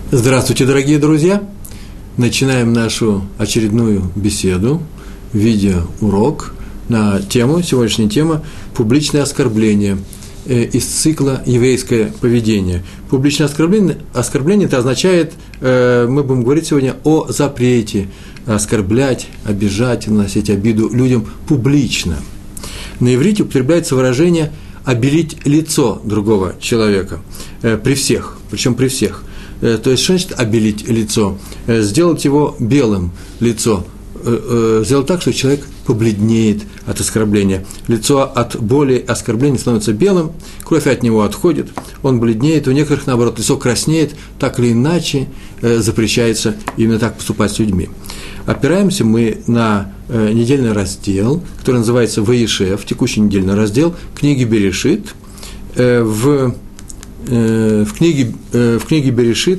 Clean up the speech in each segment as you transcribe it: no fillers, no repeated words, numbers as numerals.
Здравствуйте, дорогие друзья! Начинаем нашу очередную беседу, видеоурок на тему, сегодняшняя тема «Публичное оскорбление» из цикла «Еврейское поведение». Публичное оскорбление – это означает, мы будем говорить сегодня о запрете оскорблять, обижать, наносить обиду людям публично. На иврите употребляется выражение «обелить лицо другого человека» при всех, причем при всех. То есть, что значит обелить лицо? Сделать его белым, лицо. Сделать так, что человек побледнеет от оскорбления. Лицо от боли, оскорбления становится белым, кровь от него отходит, он бледнеет, у некоторых, наоборот, лицо краснеет, так или иначе запрещается именно так поступать с людьми. Опираемся мы на недельный раздел, который называется «Ваишев», текущий недельный раздел книги Берешит, в книге Берешит,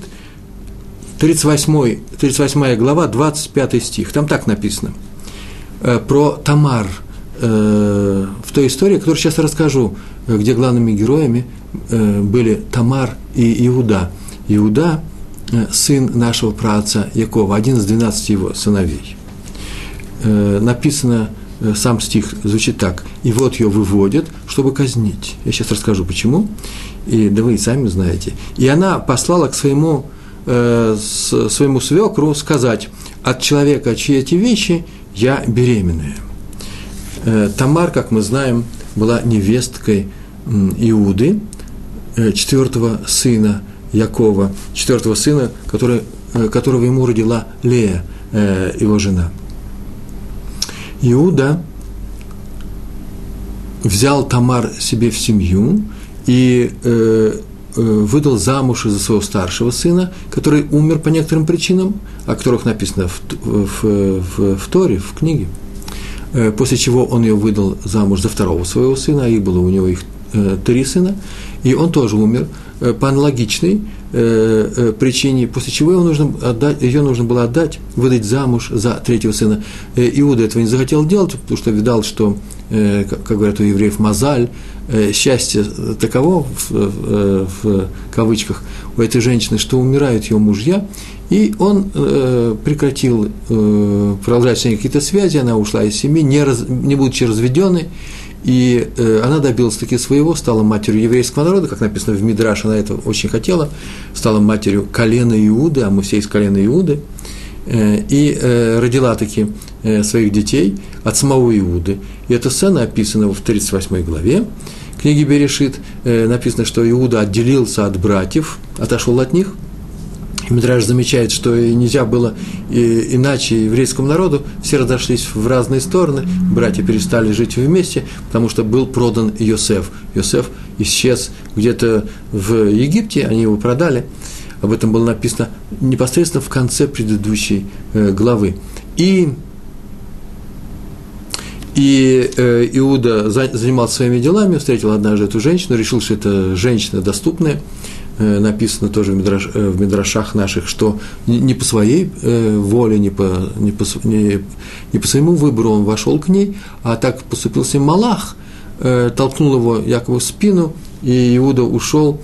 38 глава, 25 стих. Там так написано про Тамар, в той истории, которую сейчас расскажу, где главными героями были Тамар и Иуда. Иуда – сын нашего праотца Якова, один из 12 его сыновей. Написано, сам стих звучит так: «И вот ее выводят, чтобы казнить». Я сейчас расскажу, почему. И да вы и сами знаете. И она послала к своему свекру сказать: «От человека, чьи эти вещи, я беременная». Тамар, как мы знаем, была невесткой Иуды, четвертого сына Якова, четвертого сына, которого ему родила Лея, его жена. Иуда взял Тамар себе в семью и выдал замуж за своего старшего сына, который умер по некоторым причинам, о которых написано в Торе, в книге, после чего он ее выдал замуж за второго своего сына, а было у него их 3 сына, и он тоже умер по аналогичной причине, после чего ее нужно было отдать, выдать замуж за третьего сына. Иуда этого не захотел делать, потому что видал, что, как говорят у евреев, мазаль, счастье таково, в кавычках, у этой женщины, что умирают ее мужья, и он прекратил продолжать с ней какие-то связи, она ушла из семьи, не будучи разведенной, и она добилась таки своего, стала матерью еврейского народа, как написано в Мидраше, она этого очень хотела, стала матерью колена Иуды, а мы все из колена Иуды, и родила таки своих детей от самого Иуды. И эта сцена описана в 38 главе книги Берешит. Написано, что Иуда отделился от братьев, отошел от них. И Мидраш замечает, что нельзя было иначе еврейскому народу, все разошлись в разные стороны, братья перестали жить вместе, потому что был продан Йосеф. Йосеф исчез где-то в Египте, они его продали. Об этом было написано непосредственно в конце предыдущей главы. И Иуда занимался своими делами, встретил однажды эту женщину, решил, что это женщина доступная. Написано тоже в мидрашах наших, что не по своей воле, не по своему выбору он вошел к ней, а так поступил с ним малах, толкнул его якобы в спину, и Иуда ушел,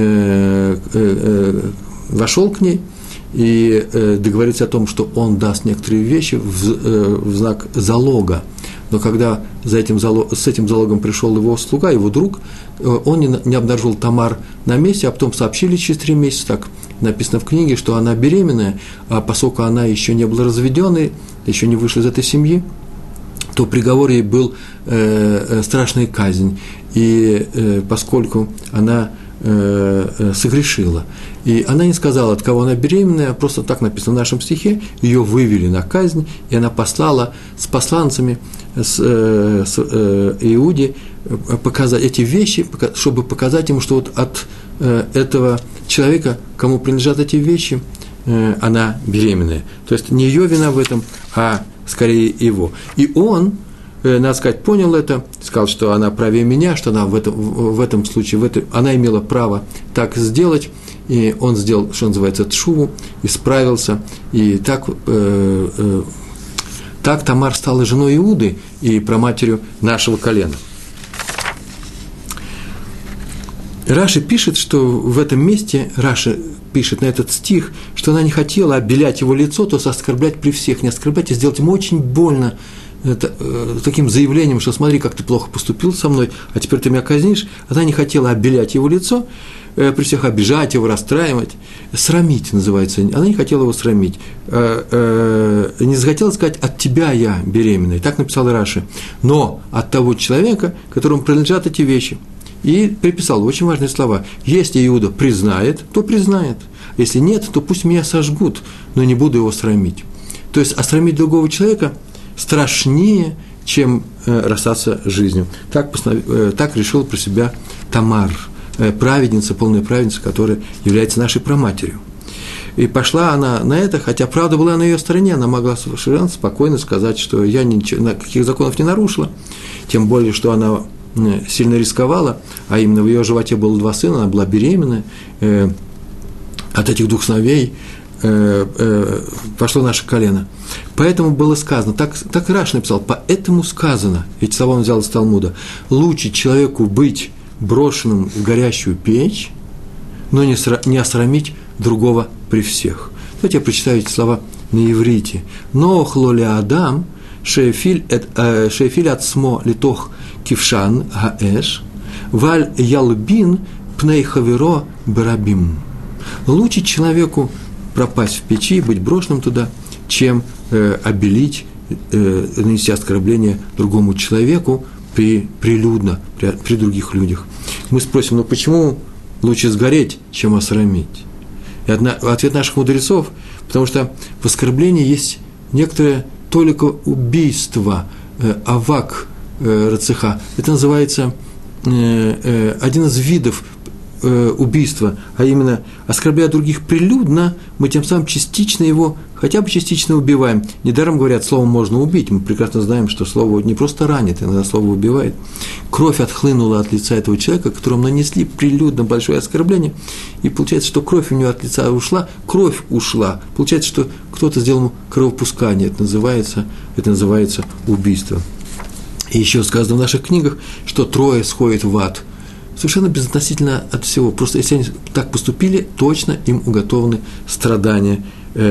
вошел к ней и договорился о том, что он даст некоторые вещи в знак залога. Но когда с этим залогом пришел его слуга, его друг, он не обнаружил Тамар на месте, а потом сообщили через 3 месяца, так написано в книге, что она беременная, а поскольку она еще не была разведенной, еще не вышла из этой семьи, то приговор ей был страшная казнь, и поскольку она согрешила. И она не сказала, от кого она беременная, просто так написано в нашем стихе, ее вывели на казнь, и она послала с посланцами с Иуде показать эти вещи, чтобы показать ему, что вот от этого человека, кому принадлежат эти вещи, она беременная. То есть не ее вина в этом, а скорее его. И он, надо сказать, понял это, сказал, что она правее меня, что она в этом случае, она имела право так сделать, и он сделал, что называется, тшуву, исправился, и так Тамар стала женой Иуды и праматерью нашего колена. Раши пишет, что в этом месте, Раши пишет на этот стих, что она не хотела обелять его лицо, то есть оскорблять при всех, не оскорблять, а сделать ему очень больно, таким заявлением, что смотри, как ты плохо поступил со мной, а теперь ты меня казнишь. Она не хотела обелять его лицо, при всех обижать его, расстраивать, срамить называется. Она не хотела его срамить, не захотела сказать: от тебя я беременна, так написал Раши, но от того человека, которому принадлежат эти вещи. И приписал очень важные слова: если Иуда признает, то признает, если нет, то пусть меня сожгут, но не буду его срамить. То есть осрамить другого человека страшнее, чем расстаться с жизнью. Так решила про себя Тамар, праведница, полная праведница, которая является нашей праматерью. И пошла она на это, хотя правда была на ее стороне, она могла совершенно спокойно сказать, что я никаких законов не нарушила, тем более, что она сильно рисковала, а именно в ее животе было 2 сына, она была беременна, от этих 2 сыновей пошло наше колено. Поэтому было сказано, так и Раши написал, поэтому сказано, эти слова он взял из Талмуда: лучше человеку быть брошенным в горящую печь, но не осрамить другого при всех. Давайте я прочитаю эти слова на иврите. «Ноох ло леадам шеефиль ацмо литох кившан гаэш валь ялбин пней хаверо барабим». Лучше человеку пропасть в печи, быть брошенным туда, чем обелить, нанести оскорбление другому человеку прилюдно, при других людях. Мы спросим: ну почему лучше сгореть, чем осрамить? И ответ наших мудрецов: потому что в оскорблении есть некоторое только убийство, авак рацеха. Это называется один из видов убийства, а именно, оскорбляя других прилюдно, мы тем самым частично его, хотя бы частично убиваем. Недаром говорят, словом можно убить. Мы прекрасно знаем, что слово не просто ранит, иногда слово убивает. Кровь отхлынула от лица этого человека, которому нанесли прилюдно большое оскорбление, и получается, что кровь у него от лица ушла, кровь ушла. Получается, что кто-то сделал ему кровопускание. Это называется убийство. И еще сказано в наших книгах, что 3 сходят в ад. Совершенно безотносительно от всего. Просто если они так поступили, точно им уготованы страдания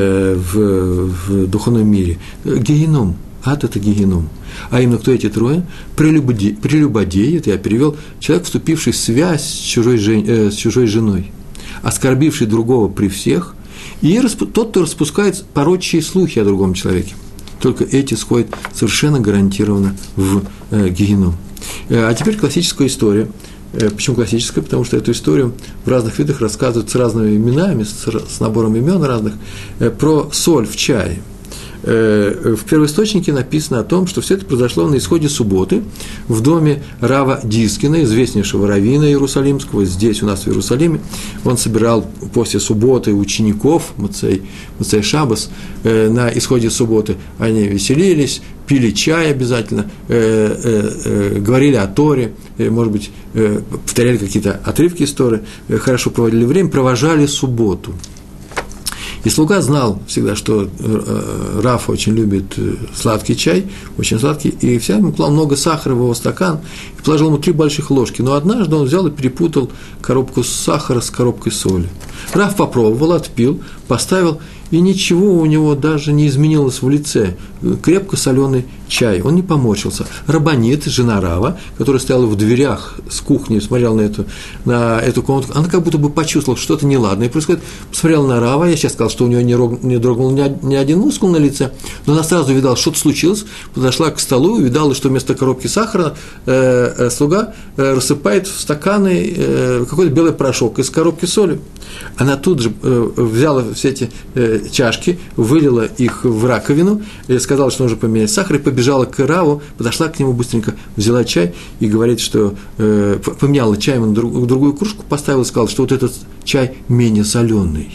в духовном мире. Гееном. Ад – это гееном. А именно, кто эти 3? Прелюбодей, это я перевел, человек, вступивший в связь с чужой женой, оскорбивший другого при всех, и тот, кто распускает порочные слухи о другом человеке. Только эти сходят совершенно гарантированно в гееном. А теперь классическая история. Почему классическая? Потому что эту историю в разных видах рассказывают с разными именами, с набором имен разных, про соль в чае. В первоисточнике написано о том, что все это произошло на исходе субботы в доме Рава Дискина, известнейшего раввина иерусалимского, здесь у нас в Иерусалиме. Он собирал после субботы учеников, Моцей Шаббас, на исходе субботы. Они веселились, пили чай обязательно, говорили о Торе, может быть, повторяли какие-то отрывки из Торы, хорошо проводили время, провожали субботу. И слуга знал всегда, что Рав очень любит сладкий чай, очень сладкий, и всегда ему клал много сахара в его стакан, и положил ему 3 больших ложки. Но однажды он взял и перепутал коробку сахара с коробкой соли. Рав попробовал, отпил, поставил, и ничего у него даже не изменилось в лице. Крепко соленый чай, он не поморщился. Рабанит, жена Рава, которая стояла в дверях с кухни, смотрела на эту комнату, она как будто бы почувствовала, что что-то неладное происходит, посмотрела на Рава, я сейчас сказал, что у нее не дрогнул ни один мускул на лице, но она сразу видала, что-то случилось, подошла к столу, увидала, что вместо коробки сахара слуга рассыпает в стаканы какой-то белый порошок из коробки соли. Она тут же взяла все эти чашки, вылила их в раковину, сказала, что нужно поменять сахар, и побежала к Раву, подошла к нему быстренько, взяла чай и говорит, что поменяла чай на другую кружку, поставила и сказала, что вот этот чай менее соленый.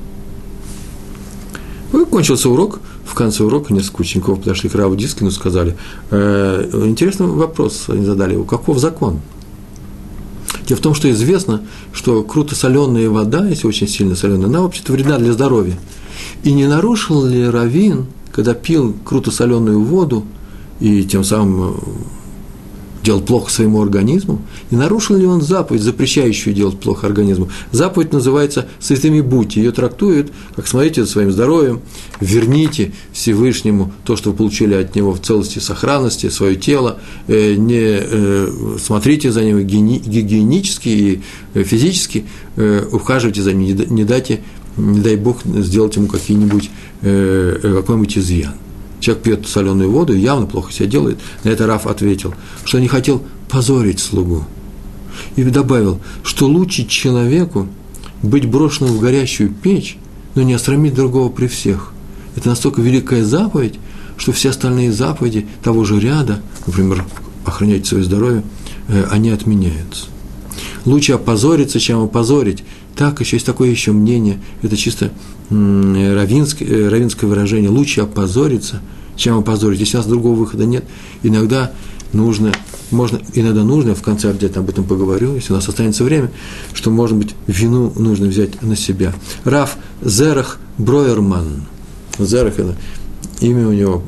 И кончился урок. В конце урока несколько учеников подошли к Раву Дискину и сказали: интересный вопрос они задали, каков закон? Дело в том, что известно, что крутосоленая вода, если очень сильно соленая, она вообще-то вредна для здоровья. И не нарушил ли раввин, когда пил крутосоленую воду и тем самым делал плохо своему организму? Не нарушил ли он заповедь, запрещающую делать плохо организму? Заповедь называется «святыми будьте». Ее трактуют, как смотрите за своим здоровьем, верните Всевышнему то, что вы получили от Него в целости и сохранности, свое тело, не смотрите за ним гигиенически и физически, ухаживайте за ним, не дай Бог сделать ему какой-нибудь изъян. Человек пьет соленую воду и явно плохо себя делает. На это Рав ответил, что не хотел позорить слугу. И добавил, что лучше человеку быть брошенным в горящую печь, но не осрамить другого при всех. Это настолько великая заповедь, что все остальные заповеди того же ряда, например, охранять свое здоровье, они отменяются. Лучше опозориться, чем опозорить. Так, еще есть такое еще мнение, это чисто раввинское выражение, лучше опозориться, чем опозорить. Если у нас другого выхода нет, иногда нужно, в конце где-то об этом поговорю, если у нас останется время, что, может быть, вину нужно взять на себя. Рав Зерах Броерман. Зерах – это имя у него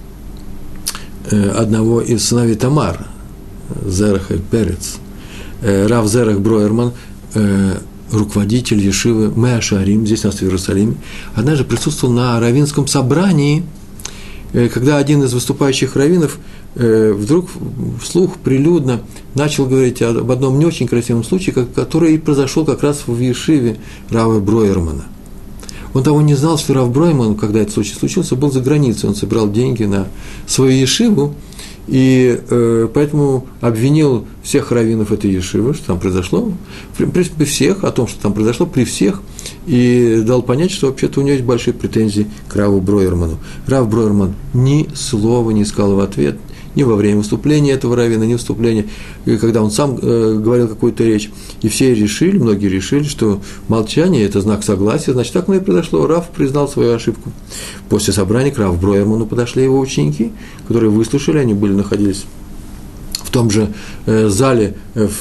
одного из сыновей Тамар, Зерах и Перец. Рав Зерах Броерман – руководитель ешивы Меа Шаарим, здесь у нас в Иерусалиме, однажды присутствовал на раввинском собрании, когда один из выступающих раввинов вдруг вслух прилюдно начал говорить об одном не очень красивом случае, который и произошел как раз в ешиве Рава Броермана. Он того не знал, что Рав Броерман, когда этот случай случился, был за границей, он собирал деньги на свою ешиву, и поэтому обвинил всех раввинов этой ешивы, что там произошло, в принципе, всех, о том, что там произошло, при всех, и дал понять, что вообще-то у него есть большие претензии к Раву Броерману. Рав Броерман ни слова не сказал в ответ, ни во время выступления этого раввина, ни выступления, когда он сам говорил какую-то речь. И все решили, многие решили, что молчание – это знак согласия, значит, так оно и произошло. Рав признал свою ошибку. После собрания к Раву Броерману подошли его ученики, которые выслушали, они находились в том же зале,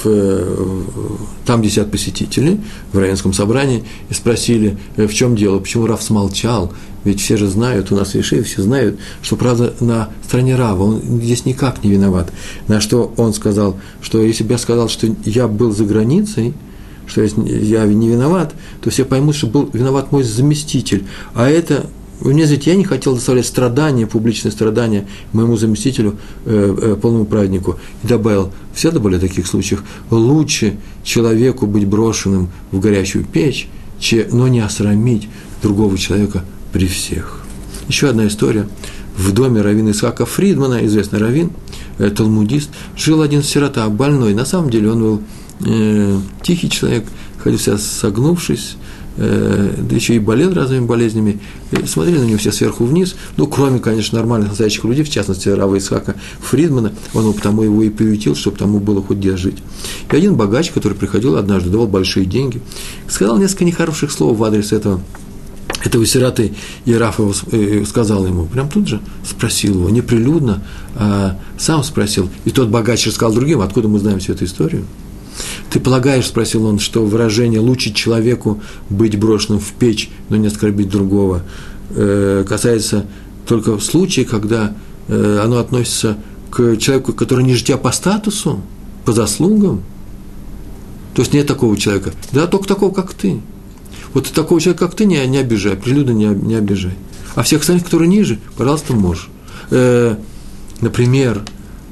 там, где сидят посетители, в раввинском собрании, и спросили, в чем дело, почему Рав смолчал, ведь все же знают, у нас в Ешиве все знают, что правда на стороне Рава, он здесь никак не виноват. На что он сказал, что если бы я сказал, что я был за границей, что я не виноват, то все поймут, что был виноват мой заместитель, а это... Вы мне знаете, я не хотел доставлять страдания, публичные страдания моему заместителю, полному праведнику. И добавил, все добавили в таких случаях, лучше человеку быть брошенным в горящую печь, но не осрамить другого человека при всех. Еще одна история. В доме раввина Ицхака Фридмана, известный раввин, талмудист, жил один сирота, больной. На самом деле он был тихий человек, ходил себя согнувшись, да еще и болел разными болезнями, смотрели на него все сверху вниз, кроме, конечно, нормальных настоящих людей, в частности, Рава Ицхака Фридмана, он потому его и приютил, чтобы тому было хоть где жить. И один богач, который приходил однажды, давал большие деньги, сказал несколько нехороших слов в адрес этого сироты, и Рав сказал ему, прям тут же спросил его, неприлюдно, а сам спросил, и тот богач рассказал другим, откуда мы знаем всю эту историю. Ты полагаешь, спросил он, что выражение «лучше человеку быть брошенным в печь, но не оскорбить другого» касается только в случае, когда оно относится к человеку, который ниже тебя по статусу, по заслугам? То есть нет такого человека. Да, только такого, как ты. Вот такого человека, как ты, не обижай, прилюдно не обижай. А всех остальных, которые ниже, пожалуйста, можешь. Например,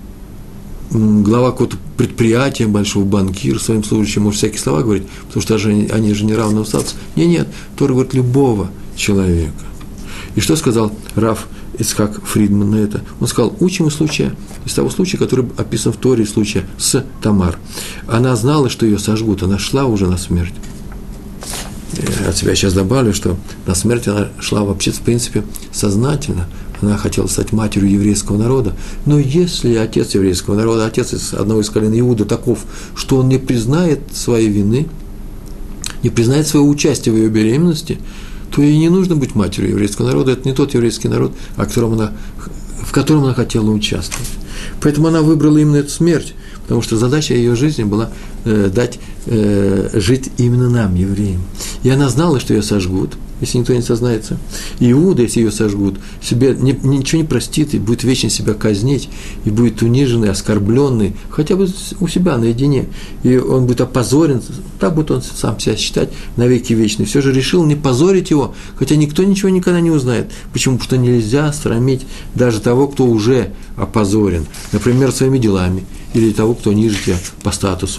глава какого-то предприятия, большого банкира, своим служащим может всякие слова говорить, потому что они же не равного статуса. Нет, Тора говорит любого человека. И что сказал Рав Ицхак Фридман на это? Он сказал, учим из того случая, который описан в Торе, случая с Тамар. Она знала, что ее сожгут, она шла уже на смерть. От себя сейчас добавлю, что на смерть она шла вообще, в принципе, сознательно. Она хотела стать матерью еврейского народа. Но если отец еврейского народа, отец из одного из колен Иуда таков, что он не признает своей вины, не признает своего участия в ее беременности, то ей не нужно быть матерью еврейского народа. Это не тот еврейский народ, в котором она хотела участвовать. Поэтому она выбрала именно эту смерть, потому что задача ее жизни была дать жить именно нам, евреям. И она знала, что ее сожгут, если никто не сознается. И Иуда, если ее сожгут, себе ничего не простит, и будет вечно себя казнить, и будет униженный, оскорбленный, хотя бы у себя наедине. И он будет опозорен, так будет он сам себя считать навеки вечный. Все же решил не позорить его, хотя никто ничего никогда не узнает. Почему? Потому что нельзя срамить даже того, кто уже опозорен, например, своими делами, или того, кто ниже тебя по статусу.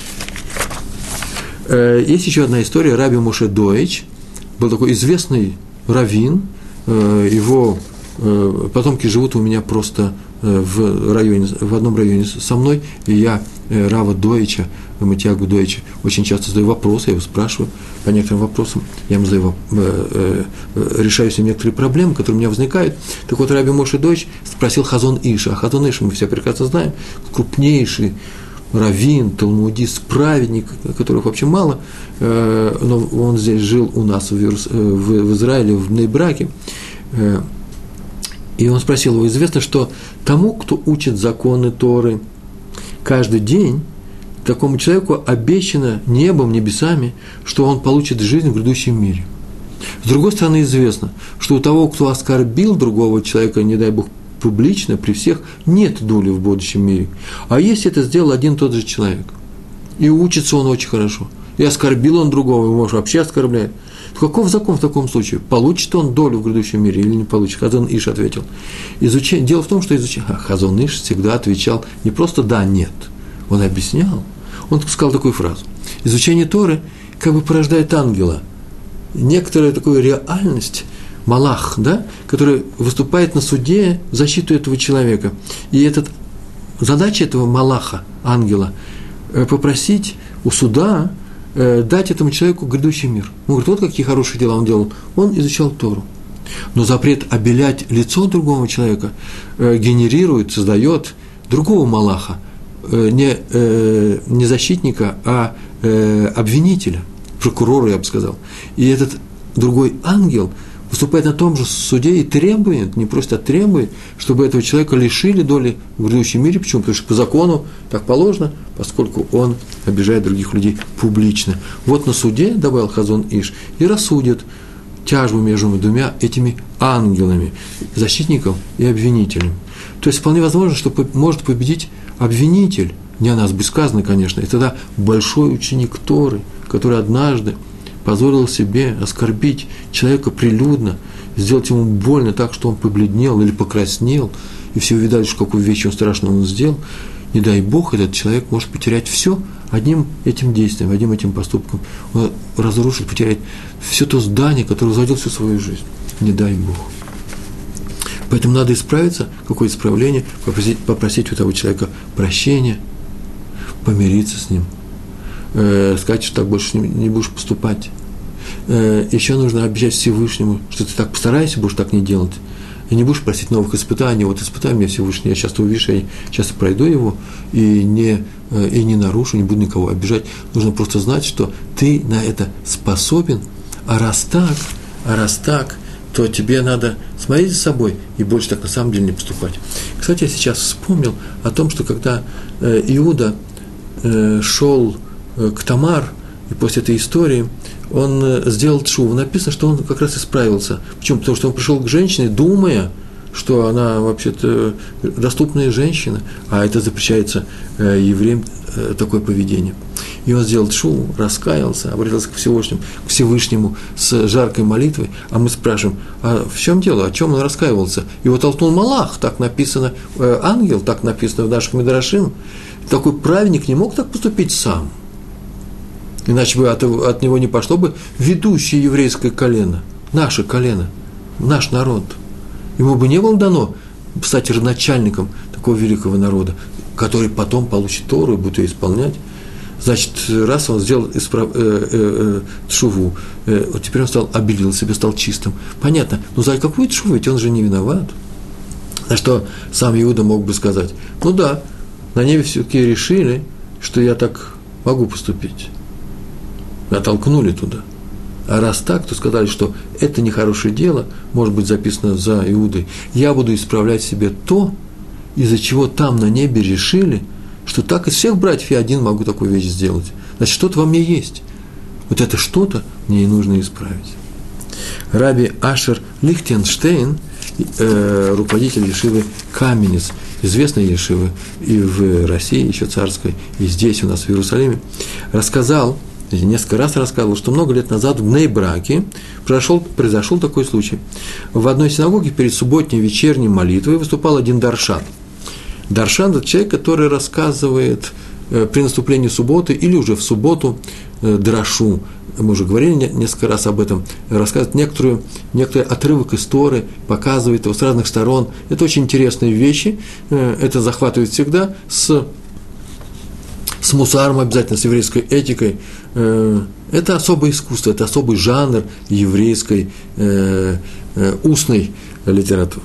Есть еще одна история. Раби Моше Дойч был такой известный раввин. Его потомки живут у меня просто в одном районе со мной. И я Рава Дойча, Матьягу Дойча, очень часто задаю вопросы, я его спрашиваю по некоторым вопросам. Я ему решаю с ним некоторые проблемы, которые у меня возникают. Так вот, Раби Моше Дойч спросил Хазон Иша. А Хазон Иша, мы все прекрасно знаем, крупнейший раввин, талмудист, праведник, которых вообще мало, но он здесь жил у нас в Израиле, в Бней-Браке, и он спросил его, известно, что тому, кто учит законы Торы каждый день, такому человеку обещано небом, небесами, что он получит жизнь в грядущем мире. С другой стороны, известно, что у того, кто оскорбил другого человека, не дай Бог, публично, при всех, нет доли в будущем мире. А если это сделал один и тот же человек, и учится он очень хорошо, и оскорбил он другого, и, может, вообще оскорбляет, то каков закон в таком случае? Получит он долю в грядущем мире или не получит? Хазон Иш ответил. Дело в том, что Хазон Иш всегда отвечал не просто «да», «нет». Он объяснял. Он сказал такую фразу. Изучение Торы как бы порождает ангела. Некоторая такая реальность, малах, да, который выступает на суде в защиту этого человека. И задача этого малаха, ангела, попросить у суда дать этому человеку грядущий мир. Он говорит, вот какие хорошие дела он делал. Он изучал Тору. Но запрет обелять лицо другого человека генерирует, создает другого малаха, не защитника, а обвинителя, прокурора, я бы сказал. И этот другой ангел выступает на том же суде и требует, не просто требует, чтобы этого человека лишили доли в грядущем мире. Почему? Потому что по закону так положено, поскольку он обижает других людей публично. Вот на суде, добавил Хазон Иш, и рассудит тяжбу между двумя этими ангелами, защитником и обвинителем. То есть вполне возможно, что может победить обвинитель, не о нас бы сказано, конечно, и тогда большой ученик Торы, который однажды позволил себе оскорбить человека прилюдно, сделать ему больно так, что он побледнел или покраснел, и все увидали, что какую вещь он страшную он сделал, не дай Бог, этот человек может потерять все одним этим действием, одним этим поступком. Он разрушит, потеряет все то здание, которое возводил всю свою жизнь. Не дай Бог. Поэтому надо исправиться, какое-то исправление, попросить у того человека прощения, помириться с ним, сказать, что так больше не будешь поступать. Еще нужно обещать Всевышнему, что ты так постарайся, будешь так не делать, и не будешь просить новых испытаний. Вот испытай меня, Всевышний, я часто увижу, я часто пройду его, и не нарушу, не буду никого обижать. Нужно просто знать, что ты на это способен, а раз так, то тебе надо смотреть за собой и больше так на самом деле не поступать. Кстати, я сейчас вспомнил о том, что когда Иуда шел к Тамар, и после этой истории он сделал тшуву. Написано, что он как раз исправился. Почему? Потому что он пришел к женщине, думая, что она вообще-то доступная женщина, а это запрещается евреям, такое поведение. И он сделал тшуву, раскаялся, обратился к Всевышнему с жаркой молитвой, а мы спрашиваем, а в чем дело, о чем он раскаивался? Его толкнул малах, так написано, ангел, так написано в наших Мидрашим. Такой праведник не мог так поступить сам. Иначе бы от него не пошло бы ведущее еврейское колено, наше колено, наш народ. Ему бы не было дано стать родоначальником такого великого народа, который потом получит Тору и будет ее исполнять. Значит, раз он сделал тшуву, вот теперь он обелил себя, стал чистым. Понятно, но за какую тшуву, ведь он же не виноват. На что сам Иуда мог бы сказать, ну да, на небе все-таки решили, что я так могу поступить. Меня толкнули туда. А раз так, то сказали, что это нехорошее дело, может быть записано за Иудой. Я буду исправлять себе то, из-за чего там на небе решили, что так из всех братьев я один могу такую вещь сделать. Значит, что-то во мне есть. Вот это что-то мне и нужно исправить. Раби Ашер Лихтенштейн, руководитель ешивы Каменец, известной ешивы и в России, еще царской, и здесь у нас, в Иерусалиме, рассказал, несколько раз рассказывал, что много лет назад в Бней-Браке произошел такой случай. В одной синагоге перед субботней вечерней молитвой выступал один даршан. Даршан – это человек, который рассказывает при наступлении субботы или уже в субботу драшу. Мы уже говорили несколько раз об этом, рассказывает некоторый отрывок из Торы, показывает его с разных сторон. Это очень интересные вещи, это захватывает всегда с мусаром обязательно, с еврейской этикой. Это особое искусство, это особый жанр еврейской устной литературы.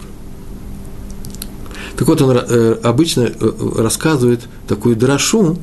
Так вот, он обычно рассказывает такую драшу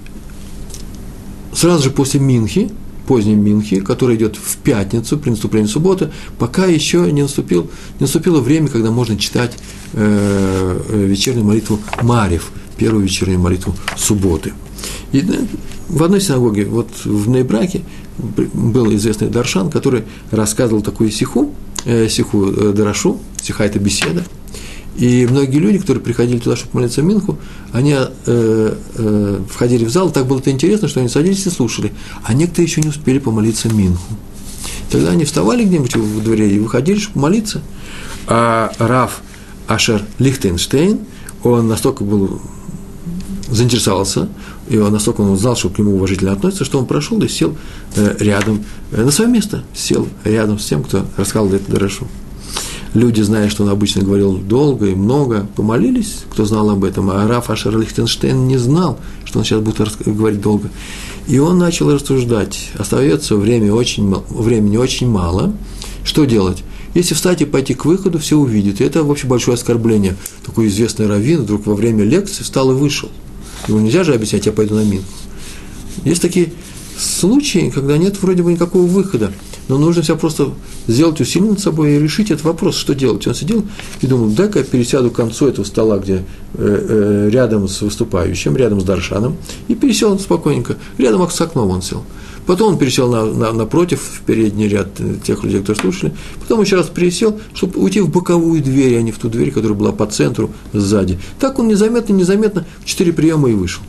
сразу же после Минхи, поздней Минхи, которая идет в пятницу при наступлении субботы, пока еще не наступило время, когда можно читать вечернюю молитву Марев, первую вечернюю молитву субботы. И в одной синагоге, вот в Бней-Браке, был известный даршан, который рассказывал такую сиху драшу, сиха – это беседа. И многие люди, которые приходили туда, чтобы молиться Минху, они входили в зал, так было это интересно, что они садились и слушали, а некоторые еще не успели помолиться Минху. Тогда они вставали где-нибудь в дворе и выходили, чтобы молиться. А Рав Ашер Лихтенштейн, он настолько был заинтересовался, и он настолько он знал, что к нему уважительно относятся, что он прошел и сел рядом, на свое место, сел рядом с тем, кто рассказывал эту драшу. Люди, зная, что он обычно говорил долго и много, помолились, кто знал об этом, а Рав Ашер Лихтенштейн не знал, что он сейчас будет говорить долго. И он начал рассуждать, остается времени очень мало, что делать? Если встать и пойти к выходу, все увидят. И это вообще большое оскорбление. Такой известный раввин вдруг во время лекции встал и вышел. Ему нельзя же объяснять, я пойду на Минху. Есть такие случаи, когда нет вроде бы никакого выхода, но нужно себя просто сделать усилие над собой и решить этот вопрос, что делать. Он сидел и думал, дай-ка я пересяду к концу этого стола, где рядом с выступающим, рядом с даршаном, и пересел он спокойненько, рядом с окном он сел. Потом он пересел напротив, в передний ряд тех людей, которые слушали, потом еще раз пересел, чтобы уйти в боковую дверь, а не в ту дверь, которая была по центру, сзади. Так он незаметно в 4 приема и вышел.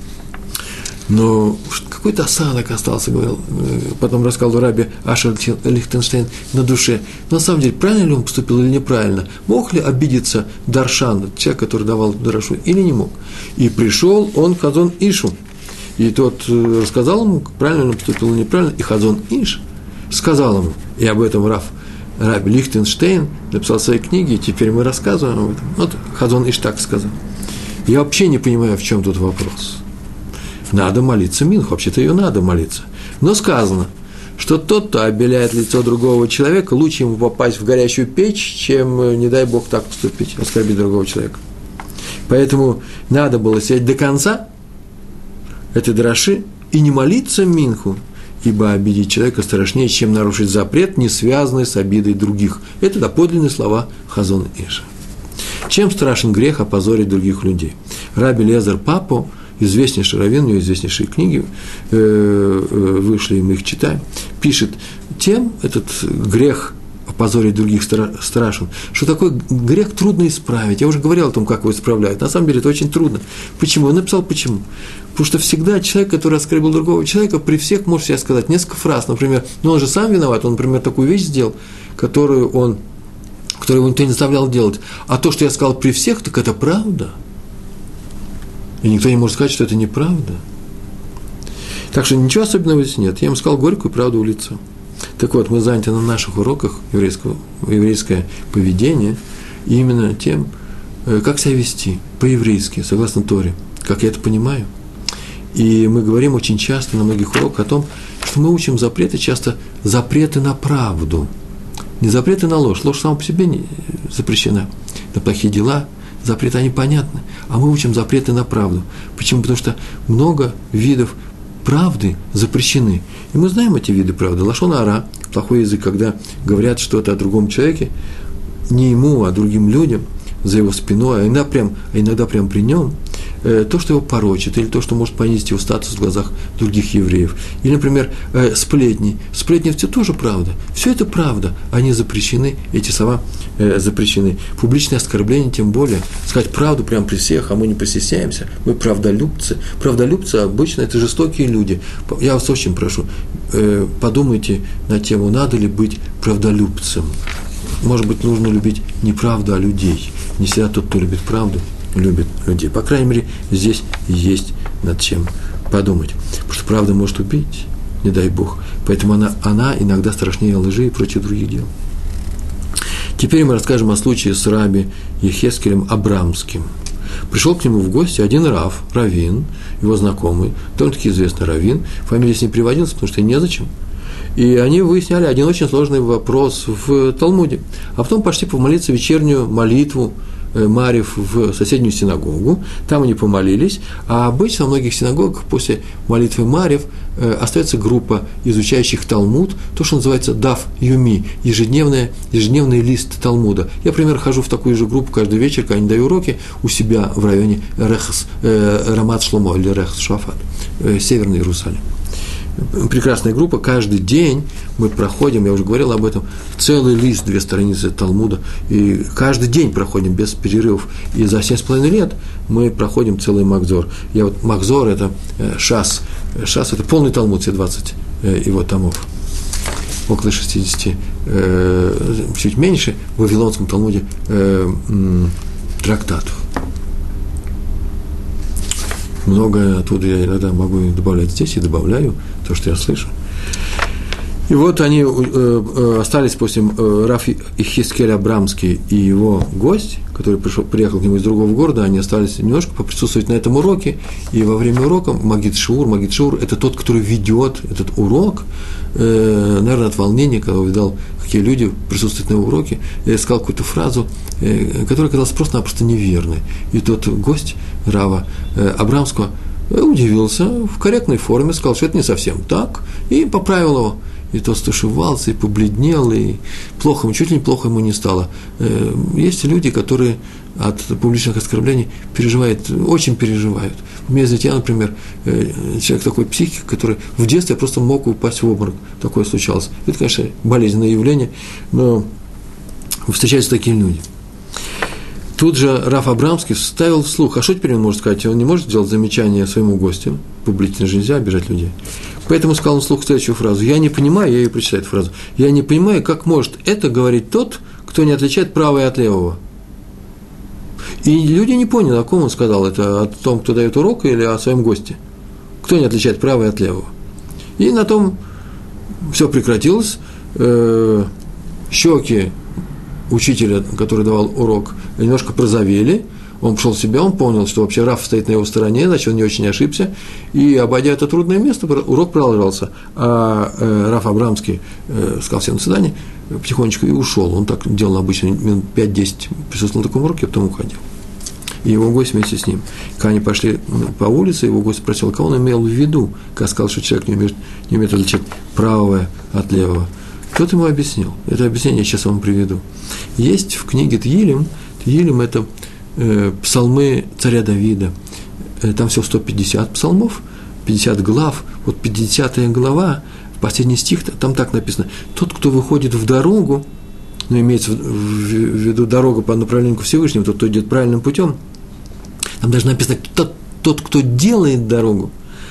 Но какой-то осадок остался, говорил, потом рассказал Раби Ашер Лихтенштейн на душе. Но на самом деле, правильно ли он поступил или неправильно? Мог ли обидеться даршан, человек, который давал драшу, или не мог? И пришел он к Хазон Ишу, и тот рассказал ему, правильно он поступил или неправильно, и Хазон Иш сказал ему, и об этом Раби Лихтенштейн написал в своей книге, и теперь мы рассказываем об этом. Вот Хазон Иш так сказал. Я вообще не понимаю, в чем тут вопрос. Надо молиться Минху, вообще-то ее надо молиться. Но сказано, что тот, кто обеляет лицо другого человека, лучше ему попасть в горящую печь, чем, не дай Бог, так поступить, оскорбить другого человека. Поэтому надо было сидеть до конца этой драши и не молиться Минху, ибо обидеть человека страшнее, чем нарушить запрет, не связанный с обидой других. Это доподлинные слова Хазон Иша. Чем страшен грех опозорить других людей? Раби Лезер Папо, известнейший раввин, у него известнейшие книги, вышли, и мы их читаем, пишет, тем этот грех опозорить других страшен, что такой грех трудно исправить. Я уже говорил о том, как его исправляют. На самом деле это очень трудно. Почему? Он написал почему. Потому что всегда человек, который оскорбил другого человека, при всех может себе сказать несколько фраз. Например, он же сам виноват, он, например, такую вещь сделал, которую его никто не заставлял делать. А то, что я сказал при всех, так это правда. И никто не может сказать, что это неправда. Так что ничего особенного здесь нет. Я ему сказал горькую правду в лицо. Так вот, мы заняты на наших уроках еврейское поведение именно тем, как себя вести по-еврейски, согласно Торе, как я это понимаю. И мы говорим очень часто на многих уроках о том, что мы учим запреты, часто запреты на правду. Не запреты на ложь. Ложь сама по себе не запрещена. На плохие дела запреты, они понятны. А мы учим запреты на правду. Почему? Потому что много видов правды запрещены. И мы знаем эти виды правды. Лашон ара, плохой язык, когда говорят что-то о другом человеке, не ему, а другим людям, за его спиной, а иногда прям при нем. то, что его порочит, или то, что может понизить его статус в глазах других евреев. Или, например, сплетни. Сплетни – это тоже правда. Все это правда. Они запрещены, эти слова запрещены. Публичное оскорбление тем более. Сказать правду прямо при всех, а мы не постесняемся. Мы правдолюбцы. Правдолюбцы обычно – это жестокие люди. Я вас очень прошу, подумайте на тему, надо ли быть правдолюбцем. Может быть, нужно любить не правду, а людей. Не всегда тот, кто любит правду, любит людей. По крайней мере, здесь есть над чем подумать. Потому что правда может убить, не дай Бог. Поэтому она иногда страшнее лжи и прочих других дел. Теперь мы расскажем о случае с раби Ехескелем Абрамским. Пришел к нему в гости один рав, раввин, его знакомый, довольно-таки известный раввин. Фамилия с ним приводилась, потому что незачем. И они выясняли один очень сложный вопрос в Талмуде. А потом пошли помолиться вечернюю молитву Марьев в соседнюю синагогу. Там они помолились. А обычно во многих синагогах после молитвы Марьев остается группа изучающих Талмуд, то, что называется Дав Юми, ежедневный лист Талмуда. Я, например, хожу в такую же группу каждый вечер, когда они дают уроки у себя в районе Рамат Шломо или Рехс Шафат, Северный Иерусалим. Прекрасная группа, каждый день мы проходим, я уже говорил об этом, целый лист, 2 страницы Талмуда, и каждый день проходим без перерывов, и за 7,5 лет мы проходим целый Махзор. Махзор – это шас, это полный Талмуд, все 20 его томов, около 60, чуть меньше, в Вавилонском Талмуде трактатов. Многое оттуда я иногда могу добавлять здесь, и добавляю то, что я слышу. И вот они остались после рав Ехескель Абрамский и его гость, который приехал к нему из другого города, они остались немножко поприсутствовать на этом уроке, и во время урока Магид Шиур – это тот, который ведет этот урок, наверное, от волнения, когда увидал, какие люди присутствуют на его уроке, сказал какую-то фразу, которая казалась просто-напросто неверной. И тот гость рава Абрамского удивился в корректной форме, сказал, что это не совсем так, и поправил его. И тот стушевался, и побледнел, и плохо, чуть ли не плохо ему не стало. Есть люди, которые от публичных оскорблений очень переживают. Между тем, например, человек такой психик, который в детстве просто мог упасть в обморок. Такое случалось. Это, конечно, болезненное явление, но встречаются такие люди. Тут же рав Абрамский вставил вслух, а что теперь он может сказать? Он не может сделать замечание своему гостю, публично же нельзя обижать людей. Поэтому сказал он вслух следующую фразу. Я не понимаю, я ее прочитаю эту фразу, я не понимаю, как может это говорить тот, кто не отличает правое от левого. И люди не поняли, о ком он сказал, это о том, кто дает урок, или о своем госте. Кто не отличает правое от левого. И на том все прекратилось, щеки учителя, который давал урок, немножко прозовели, он пришел в себя, он понял, что вообще рав стоит на его стороне, значит, он не очень ошибся, и, обойдя это трудное место, урок продолжался, а рав Абрамский сказал всем до свидания, потихонечку и ушел, он так делал обычно, минут 5-10 присутствовал на таком уроке, а потом уходил. И его гость вместе с ним. Когда они пошли по улице, его гость спросил, кого он имел в виду, когда сказал, что человек не умеет отличать правое от левого. Кто-то ему объяснил. Это объяснение я сейчас вам приведу. Есть в книге Тилим – это псалмы царя Давида. Там всего 150 псалмов, 50 глав. Вот 50-я глава, последний стих, там так написано. Тот, кто выходит в дорогу, имеется в виду дорога по направлению к Всевышнему, тот, кто идет правильным путем, там даже написано, тот, кто делает дорогу,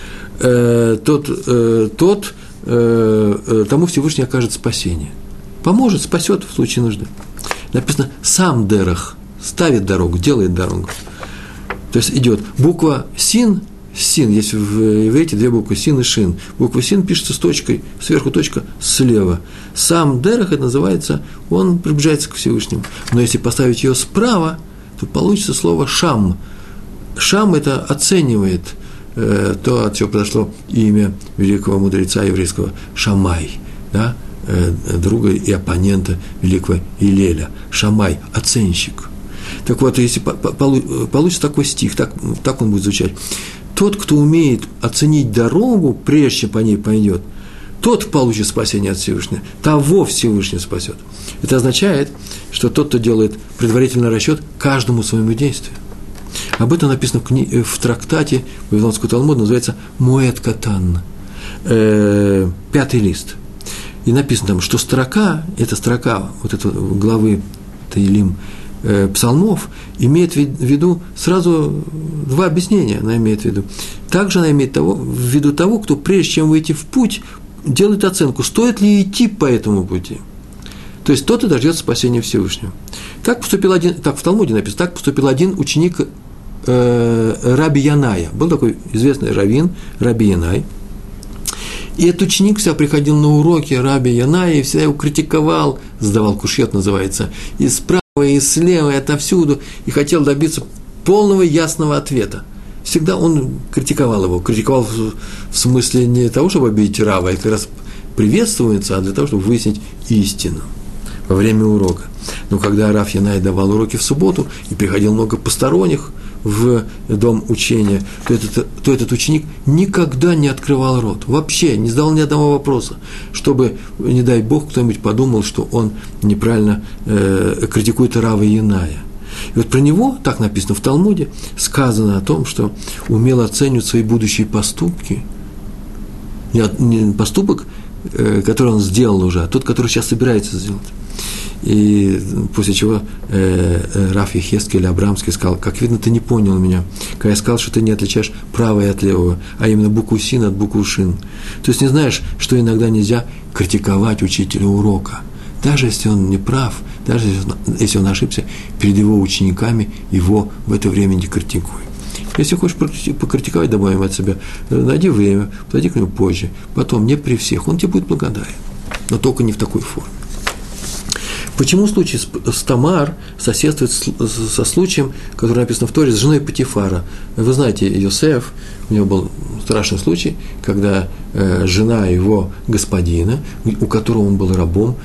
тому Всевышний окажет спасение. Поможет, спасет в случае нужды. Написано «сам дерах», ставит дорогу, делает дорогу. То есть идет буква «син», есть в иврите 2 буквы «син» и «шин». Буква «син» пишется с точкой, сверху точка слева. «Сам дерах» это называется, он приближается к Всевышнему. Но если поставить ее справа, то получится слово «шам». «Шам» это оценивает то, от чего произошло имя великого мудреца еврейского Шамай, да, друга и оппонента великого Илеля. Шамай, оценщик. Так вот, если получится такой стих, так он будет звучать. Тот, кто умеет оценить дорогу, прежде чем по ней пойдет, тот получит спасение от Всевышнего, того Всевышний спасет. Это означает, что тот, кто делает предварительный расчет каждому своему действию. Об этом написано в трактате Вавилонского Талмуда, называется «Моэд Катан», 5-й лист. И написано там, что эта строка вот этой главы Таилим псалмов имеет в виду сразу два объяснения, она имеет в виду. Также она имеет в виду того, кто прежде чем выйти в путь, делает оценку, стоит ли идти по этому пути. То есть тот и дождется спасения Всевышнего. Так в Талмуде написано, так поступил один ученик Раби Яная. Был такой известный раввин Раби Янай. И этот ученик всегда приходил на уроки Раби Яная и всегда его критиковал, задавал кушьет, называется, и справа, и слева, и отовсюду, и хотел добиться полного ясного ответа. Всегда он критиковал его, в смысле не того, чтобы обидеть Рава, это как раз приветствуется, а для того, чтобы выяснить истину во время урока. Но когда Рав Янай давал уроки в субботу, и приходил много посторонних в дом учения, то этот ученик никогда не открывал рот, вообще не задал ни одного вопроса, чтобы, не дай Бог, кто-нибудь подумал, что он неправильно критикует Рава Яная. И вот про него, так написано в Талмуде, сказано о том, что умело оценивать свои будущие поступки, не поступок, который он сделал уже, а тот, который сейчас собирается сделать. И после чего Рав Ехескель Абрамский сказал: как видно, ты не понял меня, когда я сказал, что ты не отличаешь правое от левого, а именно букву син от буквы шин. То есть не знаешь, что иногда нельзя критиковать учителя урока. Даже если он не прав, даже если он ошибся, перед его учениками его в это время не критикуй. Если хочешь покритиковать, добавим от себя, найди время, подойди к нему позже, потом, не при всех, он тебе будет благодарен, но только не в такой форме. Почему случай с Тамар соседствует со случаем, который написан в Торе, с женой Потифара? Вы знаете, Йосеф, у него был страшный случай, когда жена его господина, у которого он был рабом,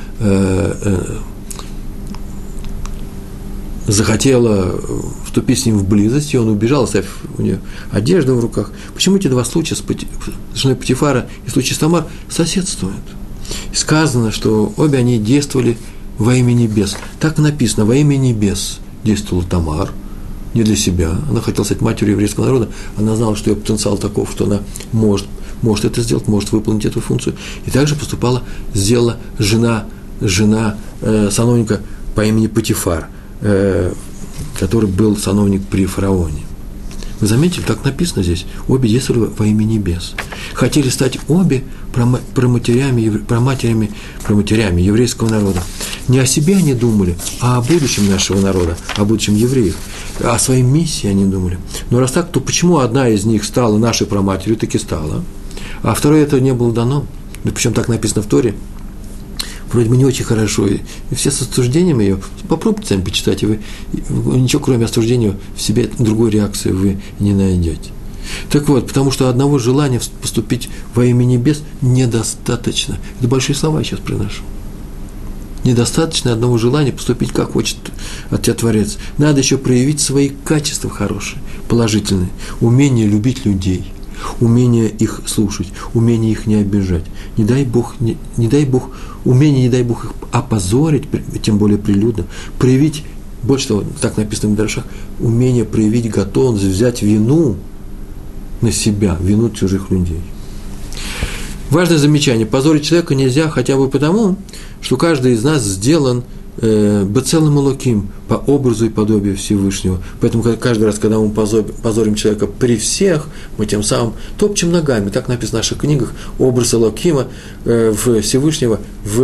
захотела вступить с ним в близость, и он убежал, оставив у нее одежду в руках. Почему эти два случая с женой Потифара и случай с Тамар соседствуют? Сказано, что обе они действовали во имя небес. Так написано, во имя небес действовала Тамар, не для себя. Она хотела стать матерью еврейского народа, она знала, что ее потенциал таков, что она может это сделать, может выполнить эту функцию. И также сделала жена сановника по имени Потифар, который был сановник при фараоне. Вы заметили, так написано здесь, обе действовали во имя небес. Хотели стать обе проматерями еврейского народа. Не о себе они думали, а о будущем нашего народа, о будущем евреев, о своей миссии они думали. Но раз так, то почему одна из них стала нашей проматерью, таки стала, а второй этого не было дано? Да причем так написано в Торе, вроде бы не очень хорошо, и все с осуждением ее, попробуйте сами почитать, и вы ничего, кроме осуждения, в себе другой реакции вы не найдете. Так вот, потому что одного желания поступить во имя небес недостаточно. Это большие слова я сейчас приношу. Недостаточно одного желания поступить, как хочет от тебя Творец. Надо еще проявить свои качества хорошие, положительные. Умение любить людей, умение их слушать, умение их не обижать. Не дай Бог, умение, не дай Бог, их опозорить, тем более прилюдно. Проявить, больше того, так написано в Мидрашах, умение проявить готовность взять вину на себя, вину чужих людей. Важное замечание. Позорить человека нельзя хотя бы потому, что каждый из нас сделан бецелем элоким, по образу и подобию Всевышнего. Поэтому каждый раз, когда мы позорим человека при всех, мы тем самым топчем ногами. Так написано в наших книгах, образ элокима Всевышнего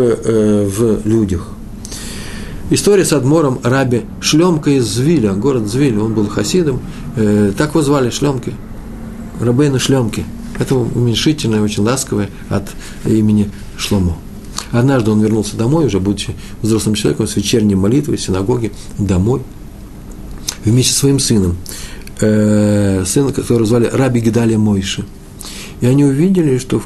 в людях. История с адмором Раби Шлемка из Звиля, город Звиль, он был хасидом, так его звали, Шлемки, Рабейну Шлемки. Это уменьшительное, очень ласковое от имени Шломо. Однажды он вернулся домой, уже будучи взрослым человеком, с вечерней молитвой в синагоге, домой, вместе со своим сыном, сына, которого звали Раби Гедалия Мойши. И они увидели, что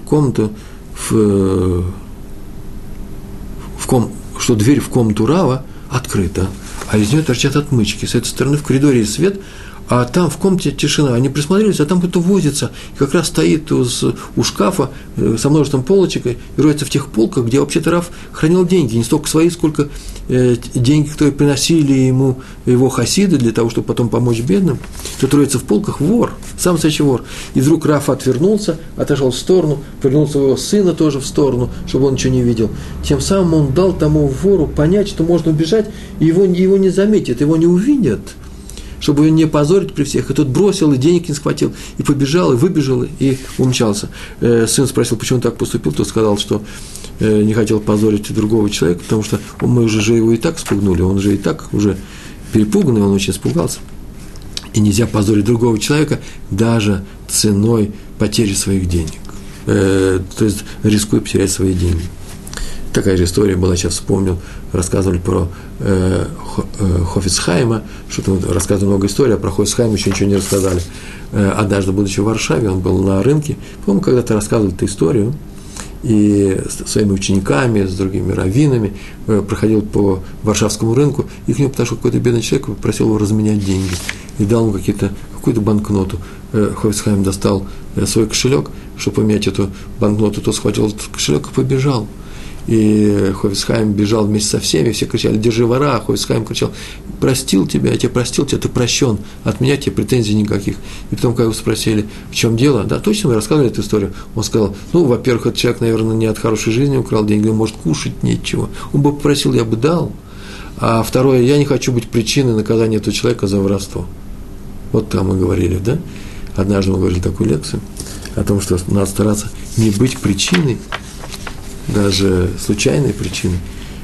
что дверь в комнату Рава открыта, а из нее торчат отмычки. С этой стороны в коридоре есть свет, а там в комнате тишина. Они присмотрелись, а там кто-то возится, и как раз стоит у шкафа со множеством полочек и роется в тех полках, где вообще-то Рав хранил деньги, не столько свои, сколько деньги, которые приносили ему его хасиды для того, чтобы потом помочь бедным. Тут роется в полках вор, сам настоящий вор. И вдруг Рав отвернулся, отошел в сторону, повернул своего сына тоже в сторону, чтобы он ничего не видел. Тем самым он дал тому вору понять, что можно убежать, и его не заметят, его не увидят, чтобы его не позорить при всех. И тот бросил, и денег не схватил, и побежал, и выбежал, и умчался. Сын спросил, почему он так поступил, тот сказал, что не хотел позорить другого человека, потому что мы же его и так спугнули, он же и так уже перепуганный, он очень испугался. И нельзя позорить другого человека даже ценой потери своих денег, то есть рискуя потерять свои деньги. Такая же история была, сейчас вспомнил, рассказывали про Хофец Хаима, что-то рассказывали много историй, а про Хофец Хаима еще ничего не рассказали. Однажды, будучи в Варшаве, он был на рынке, по-моему, когда-то рассказывали эту историю, и с своими учениками, с другими раввинами проходил по Варшавскому рынку, и к нему подошел какой-то бедный человек и попросил его разменять деньги, и дал ему какую-то банкноту. Хофец Хаим достал свой кошелек, чтобы поменять эту банкноту, тот схватил этот кошелек и побежал. И Хофец Хаим бежал вместе со всеми, все кричали: «Держи вора!» Хофец Хаим кричал: «Простил тебя, я тебя простил, ты прощен, от меня тебе претензий никаких». И потом, когда его спросили, в чем дело, да, точно мы рассказывали эту историю, он сказал: во-первых, этот человек, наверное, не от хорошей жизни украл деньги, он может кушать нечего, он бы попросил, я бы дал, а второе, я не хочу быть причиной наказания этого человека за воровство. Вот там мы говорили, да, однажды мы говорили такую лекцию о том, что надо стараться не быть причиной, даже случайной причиной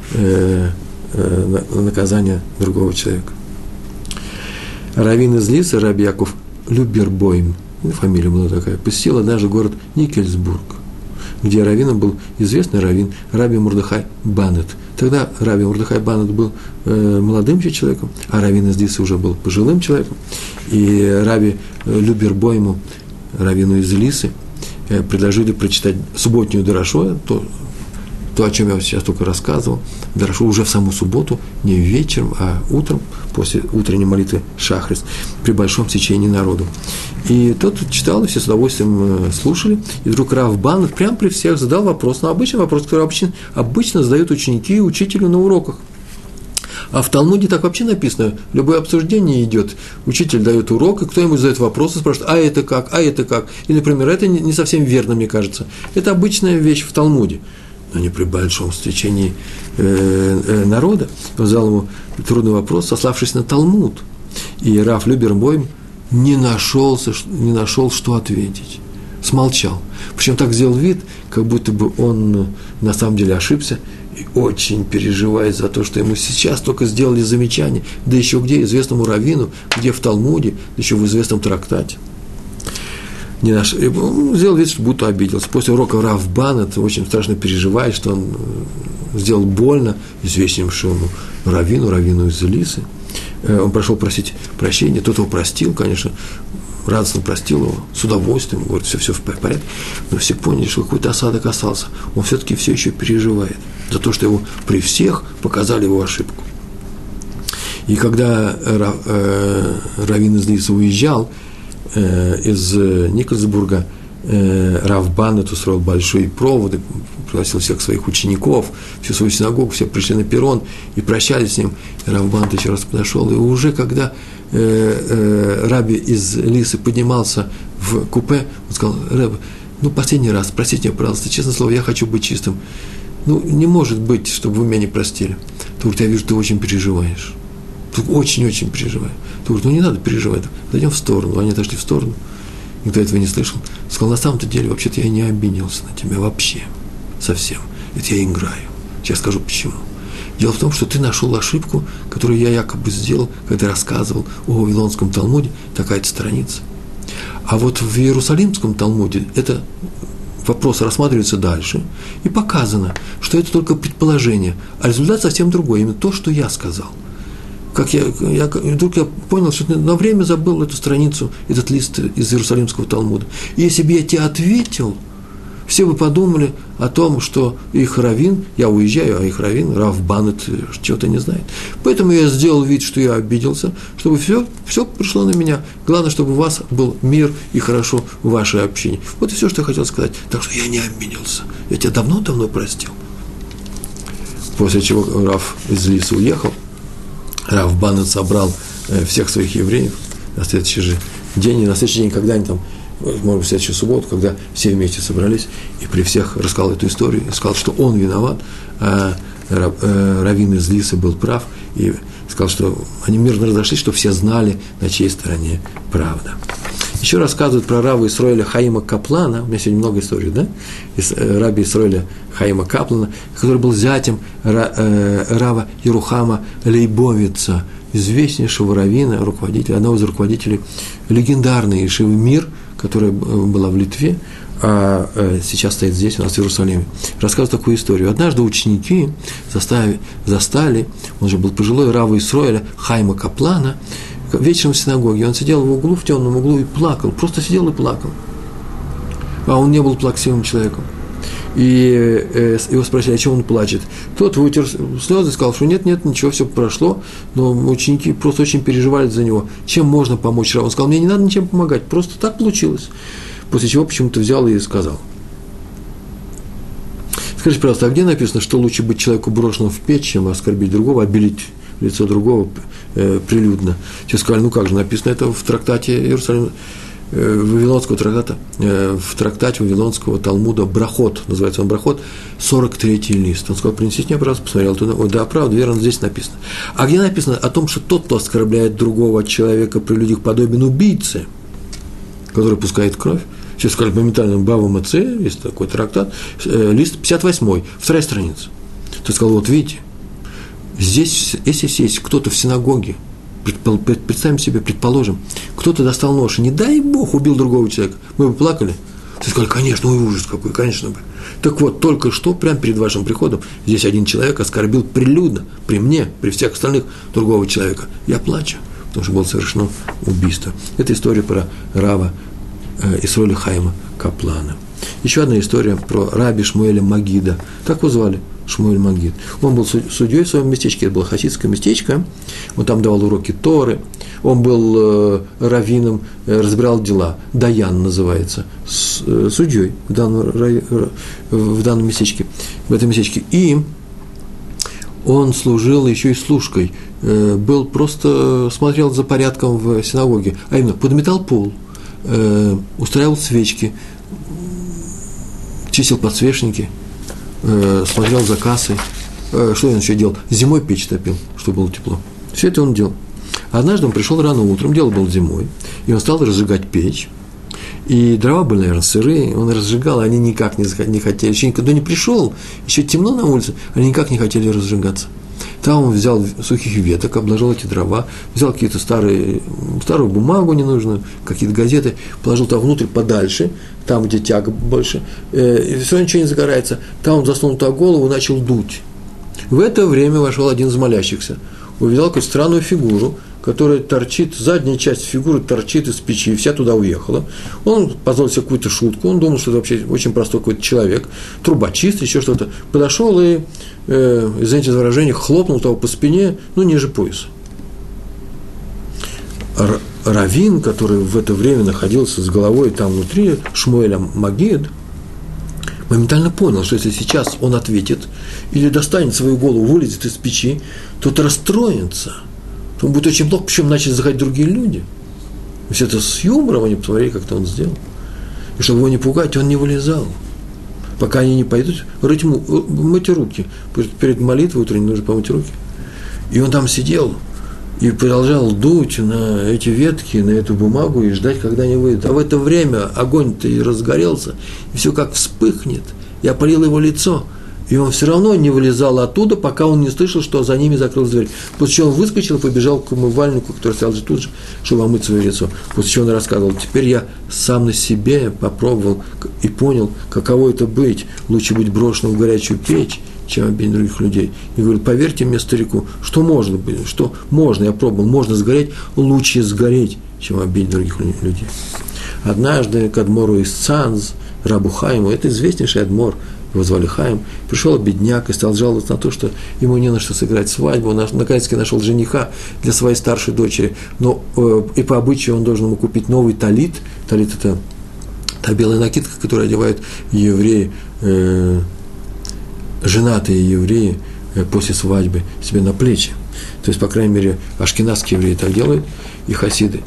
наказания другого человека. Раввин из Лисы, Раби Яков Любербойм, фамилия была такая, посетил однажды город Никельсбург, где раввином был известный раввин Раби Мордехай Банет. Тогда Раби Мордехай Банет был молодым человеком, а раввин из Лисы уже был пожилым человеком. И Раби Любербойму, раввину из Лисы, предложили прочитать субботнюю Дорошо, то, о чем я сейчас только рассказывал, Дорошо уже в саму субботу, не вечером, а утром, после утренней молитвы Шахрис, при большом течении народу. И тот читал, и все с удовольствием слушали, и вдруг Рав Банет прямо при всех задал вопрос, обычный вопрос, который обычно задают ученики и учителю на уроках. А в Талмуде так вообще написано, любое обсуждение идет, учитель дает урок, и кто-нибудь задает вопросы, спрашивает: а это как, а это как? И, например, это не совсем верно, мне кажется. Это обычная вещь в Талмуде, но не при большом стечении народа. Он задал ему трудный вопрос, сославшись на Талмуд. И Рав Любербойм не нашел, что ответить. Смолчал. Причем так сделал вид, как будто бы он на самом деле ошибся, и очень переживает за то, что ему сейчас только сделали замечание, да еще где, известному раввину, где в Талмуде, да еще в известном трактате. Сделал вид, что будто обиделся. После урока Рав Банет очень страшно переживает, что он сделал больно известнейшему раввину из Лисы. Он прошел просить прощения, тот его простил, конечно, радостно простил его, с удовольствием, говорит, все в порядке, но все поняли, что какой-то осадок остался. Он все-таки все еще переживает за то, что его при всех показали его ошибку. И когда раввин из Лисы уезжал из Никельсбурга, Рав Банет устроил большие проводы, пригласил всех своих учеников, всю свою синагогу, все пришли на перрон и прощались с ним. И Рав Банет еще раз подошел, и уже когда Раби из Лисы поднимался в купе, он сказал: Рэб, последний раз, простите меня, пожалуйста, честное слово, я хочу быть чистым. Не может быть, чтобы вы меня не простили. Ты говорит: я вижу, ты очень переживаешь. Ты очень-очень переживаешь. Ты говорит: не надо переживать, зайдем в сторону. Они отошли в сторону, никто этого не слышал. Сказал: на самом-то деле, вообще-то я не обиделся на тебя вообще, совсем. Это я играю. Сейчас скажу почему. Дело в том, что ты нашел ошибку, которую я якобы сделал, когда рассказывал о Вавилонском Талмуде, такая-то страница. А вот в Иерусалимском Талмуде это вопрос рассматривается дальше, и показано, что это только предположение, а результат совсем другой, именно то, что я сказал. Вдруг я понял, что на время забыл эту страницу, этот лист из Иерусалимского Талмуда. И если бы я тебе ответил, все бы подумали о том, что их раввин, я уезжаю, а их раввин, Рав Банет, чего-то не знает. Поэтому я сделал вид, что я обиделся, чтобы все пришло на меня. Главное, чтобы у вас был мир и хорошо в вашей общине. Вот и все, что я хотел сказать. Так что я не обиделся. Я тебя давно-давно простил. После чего Рав из Лиса уехал, Рав Банет собрал всех своих евреев на следующий же день, и на следующий день, когда они там, может быть, в следующую субботу, когда все вместе собрались, и при всех рассказал эту историю, и сказал, что он виноват, а раввин из Лисы был прав, и сказал, что они мирно разошлись, что все знали, на чьей стороне правда. Еще рассказывают про рава Исроэля Хаима Каплана, у меня сегодня много историй, да, раби Исроэля Хаима Каплана, который был зятем рава Ерухама Лейбовица, известнейшего раввина, руководителя, одного из руководителей легендарной Ешивы «Мир», которая была в Литве, а сейчас стоит здесь, у нас в Иерусалиме. Рассказывает такую историю. Однажды ученики застали, он же был пожилой, рава Исроэля Хаима Каплана, вечером в синагоге. Он сидел в углу, в темном углу и плакал, просто сидел и плакал. А он не был плаксивым человеком. И его спросили, о чем он плачет. Тот вытер слезы и сказал, что нет, ничего, все прошло, но ученики просто очень переживали за него. Чем можно помочь? Он сказал, мне не надо ничем помогать, просто так получилось. После чего почему-то взял и сказал. Скажите, пожалуйста, а где написано, что лучше быть человеку брошенным в печь, чем оскорбить другого, обелить лицо другого прилюдно? Все сказали, ну как же, написано это в трактате Иерусалима, Вавилонского трактата, в трактате Вавилонского Талмуда Брахот, называется он Брахот, 43-й лист. Он сказал, принесите мне, пожалуйста, посмотрел туда. Ой, да, правда, верно, здесь написано. А где написано о том, что тот, кто оскорбляет другого человека при людях, подобен убийце, который пускает кровь? Сейчас сказали моментально Бава Маце, есть такой трактат, лист 58-й, вторая страница. Ты сказал, вот видите, здесь, если есть кто-то в синагоге, представим себе, предположим, кто-то достал нож и, не дай Бог, убил другого человека, мы бы плакали? Ты сказали, конечно, ой, ужас какой, конечно бы. Так вот, только что, прямо перед вашим приходом, здесь один человек оскорбил прилюдно, при мне, при всех остальных, другого человека. Я плачу, потому что было совершено убийство. Это история про рава Исроэля Хаима Каплана. Еще одна история про раби Шмуэля Магида. Так его звали, Шмуэль Магид. Он был судьей в своем местечке, это было хасидское местечко. Он там давал уроки Торы. Он был раввином, разбирал дела. Даян называется, судьей в данном местечке, в этом местечке. И он служил еще и служкой. Был просто, смотрел за порядком в синагоге. А именно, подметал пол, устраивал свечки, чистил подсвечники, смотрел за кассой. Что он еще делал? Зимой печь топил, чтобы было тепло. Все это он делал. Однажды он пришел рано утром, дело было зимой, и он стал разжигать печь. И дрова были, наверное, сырые, он разжигал, а они никак не хотели. Еще никогда не пришел, еще темно на улице, они никак не хотели разжигаться. Там он взял сухих веток, обложил эти дрова, взял какие-то старую бумагу ненужную, какие-то газеты, положил там внутрь подальше, там, где тяга больше, и все, ничего не загорается. Там он засунул туда голову и начал дуть. В это время вошел один из молящихся, увидел какую-то странную фигуру, которая торчит, задняя часть фигуры торчит из печи, вся туда уехала. Он позволил себе какую-то шутку, он думал, что это вообще очень простой какой-то человек, трубочист, еще что-то. Подошел и, извините за выражение, хлопнул того по спине, ниже пояса. Раввин, который в это время находился с головой там внутри, Шмуэля Магид, моментально понял, что если сейчас он ответит или достанет свою голову, вылезет из печи, тот расстроится, то он будет очень плохо, причем начали заходить другие люди. И все это с юмором, они посмотрели, как-то он сделал. И чтобы его не пугать, он не вылезал. Пока они не пойдут, мыть руки. Перед молитвой утренней нужно помыть руки. И он там сидел и продолжал дуть на эти ветки, на эту бумагу и ждать, когда они выйдут. А в это время огонь-то и разгорелся, и все как вспыхнет, и опалило его лицо. И он все равно не вылезал оттуда, пока он не слышал, что за ними закрылась дверь. После чего он выскочил и побежал к умывальнику, который стоял же тут же, чтобы омыть свое лицо. После чего он рассказывал, теперь я сам на себе попробовал и понял, каково это быть. Лучше быть брошенным в горячую печь, чем обидеть других людей. И говорит, поверьте мне, старику, что можно быть, что можно, я пробовал, можно сгореть, лучше сгореть, чем обидеть других людей. Однажды к адмору из Цанз, рабу Хаиму, это известнейший адмор, его звали Хаим, пришел бедняк и стал жаловаться на то, что ему не на что сыграть свадьбу, он наконец-таки нашел жениха для своей старшей дочери, но и по обычаю он должен ему купить новый талит. Талит – это та белая накидка, которую одевают евреи, женатые евреи после свадьбы себе на плечи. То есть, по крайней мере, ашкеназские евреи так делают, и хасиды.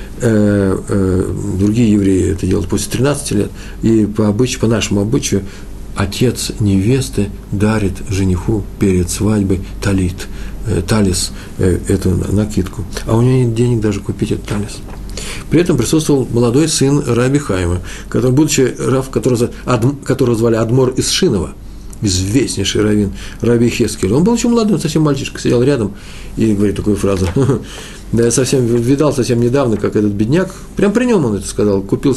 Другие евреи это делают после 13 лет. И по нашему обычаю, отец невесты дарит жениху перед свадьбой талис, эту накидку. А у него нет денег даже купить этот талис. При этом присутствовал молодой сын раби Хаима, который, будучи рав, которого звали Адмор из Шинова, известнейший раввин раби Хескель. Он был еще молодым, совсем мальчишка, сидел рядом и говорит такую фразу. Да, я видал совсем недавно, как этот бедняк, прям при нем он это сказал, купил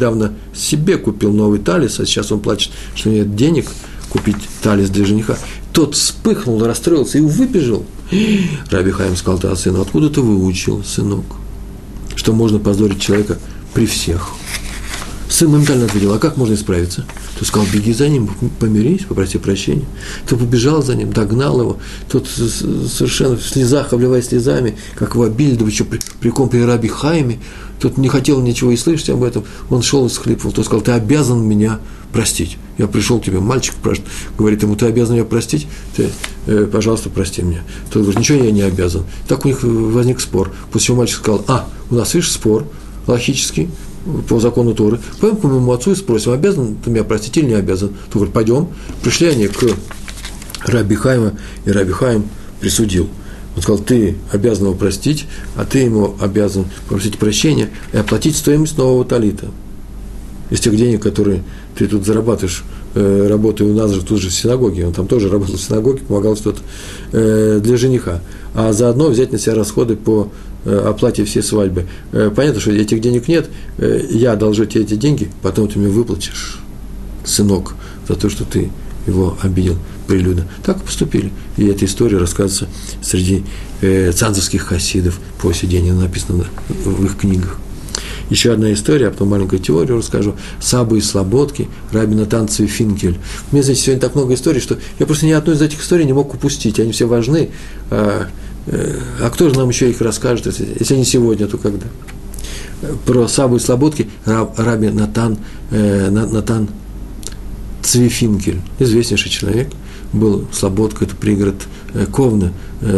купил новый талис, а сейчас он плачет, что нет денег купить талис для жениха. Тот вспыхнул, расстроился и выбежал. Раби Хаим сказал: да, сын, откуда ты выучил, сынок, что можно позорить человека при всех? Сын моментально ответил: а как можно исправиться? Тот сказал: беги за ним, помирись, попроси прощения. Тот побежал за ним, догнал его. Тот совершенно в слезах, обливаясь слезами, как его обидели, да еще при раби Хаиме. Тот не хотел ничего и слышать об этом. Он шел и схлипывал. Тот сказал: ты обязан меня простить. Я пришел к тебе, мальчик говорит ему: ты обязан меня простить? Пожалуйста, прости меня. Тот говорит: ничего я не обязан. Так у них возник спор. После чего мальчик сказал: у нас, видишь, спор логический, по закону Торы, пойдем к моему отцу и спросим, обязан ты меня простить или не обязан. Тот говорит: пойдем. Пришли они к раби Хаиму, и раби Хаим присудил. Он сказал: ты обязан его простить, а ты ему обязан попросить прощения и оплатить стоимость нового талита из тех денег, которые ты тут зарабатываешь, работая у нас же тут же в синагоге. Он там тоже работал в синагоге, помогал что-то для жениха. А заодно взять на себя расходы по оплате всей свадьбы. Понятно, что этих денег нет, я одолжу тебе эти деньги, потом ты мне выплатишь, сынок, за то, что ты его обидел прилюдно. Так и поступили. И эта история рассказывается среди цанзовских хасидов по сей день, она написана в их книгах. Еще одна история, а потом маленькую теорию расскажу. Саба из Слободки, раби Натан Цвифинкель. У меня, знаете, сегодня так много историй, что я просто ни одной из этих историй не мог упустить. Они все важны. А кто же нам еще их расскажет, если не сегодня, то когда? Про Сабу из Слободки раби Натан Цвифинкель, известнейший человек, был Слободка, это пригород Ковна,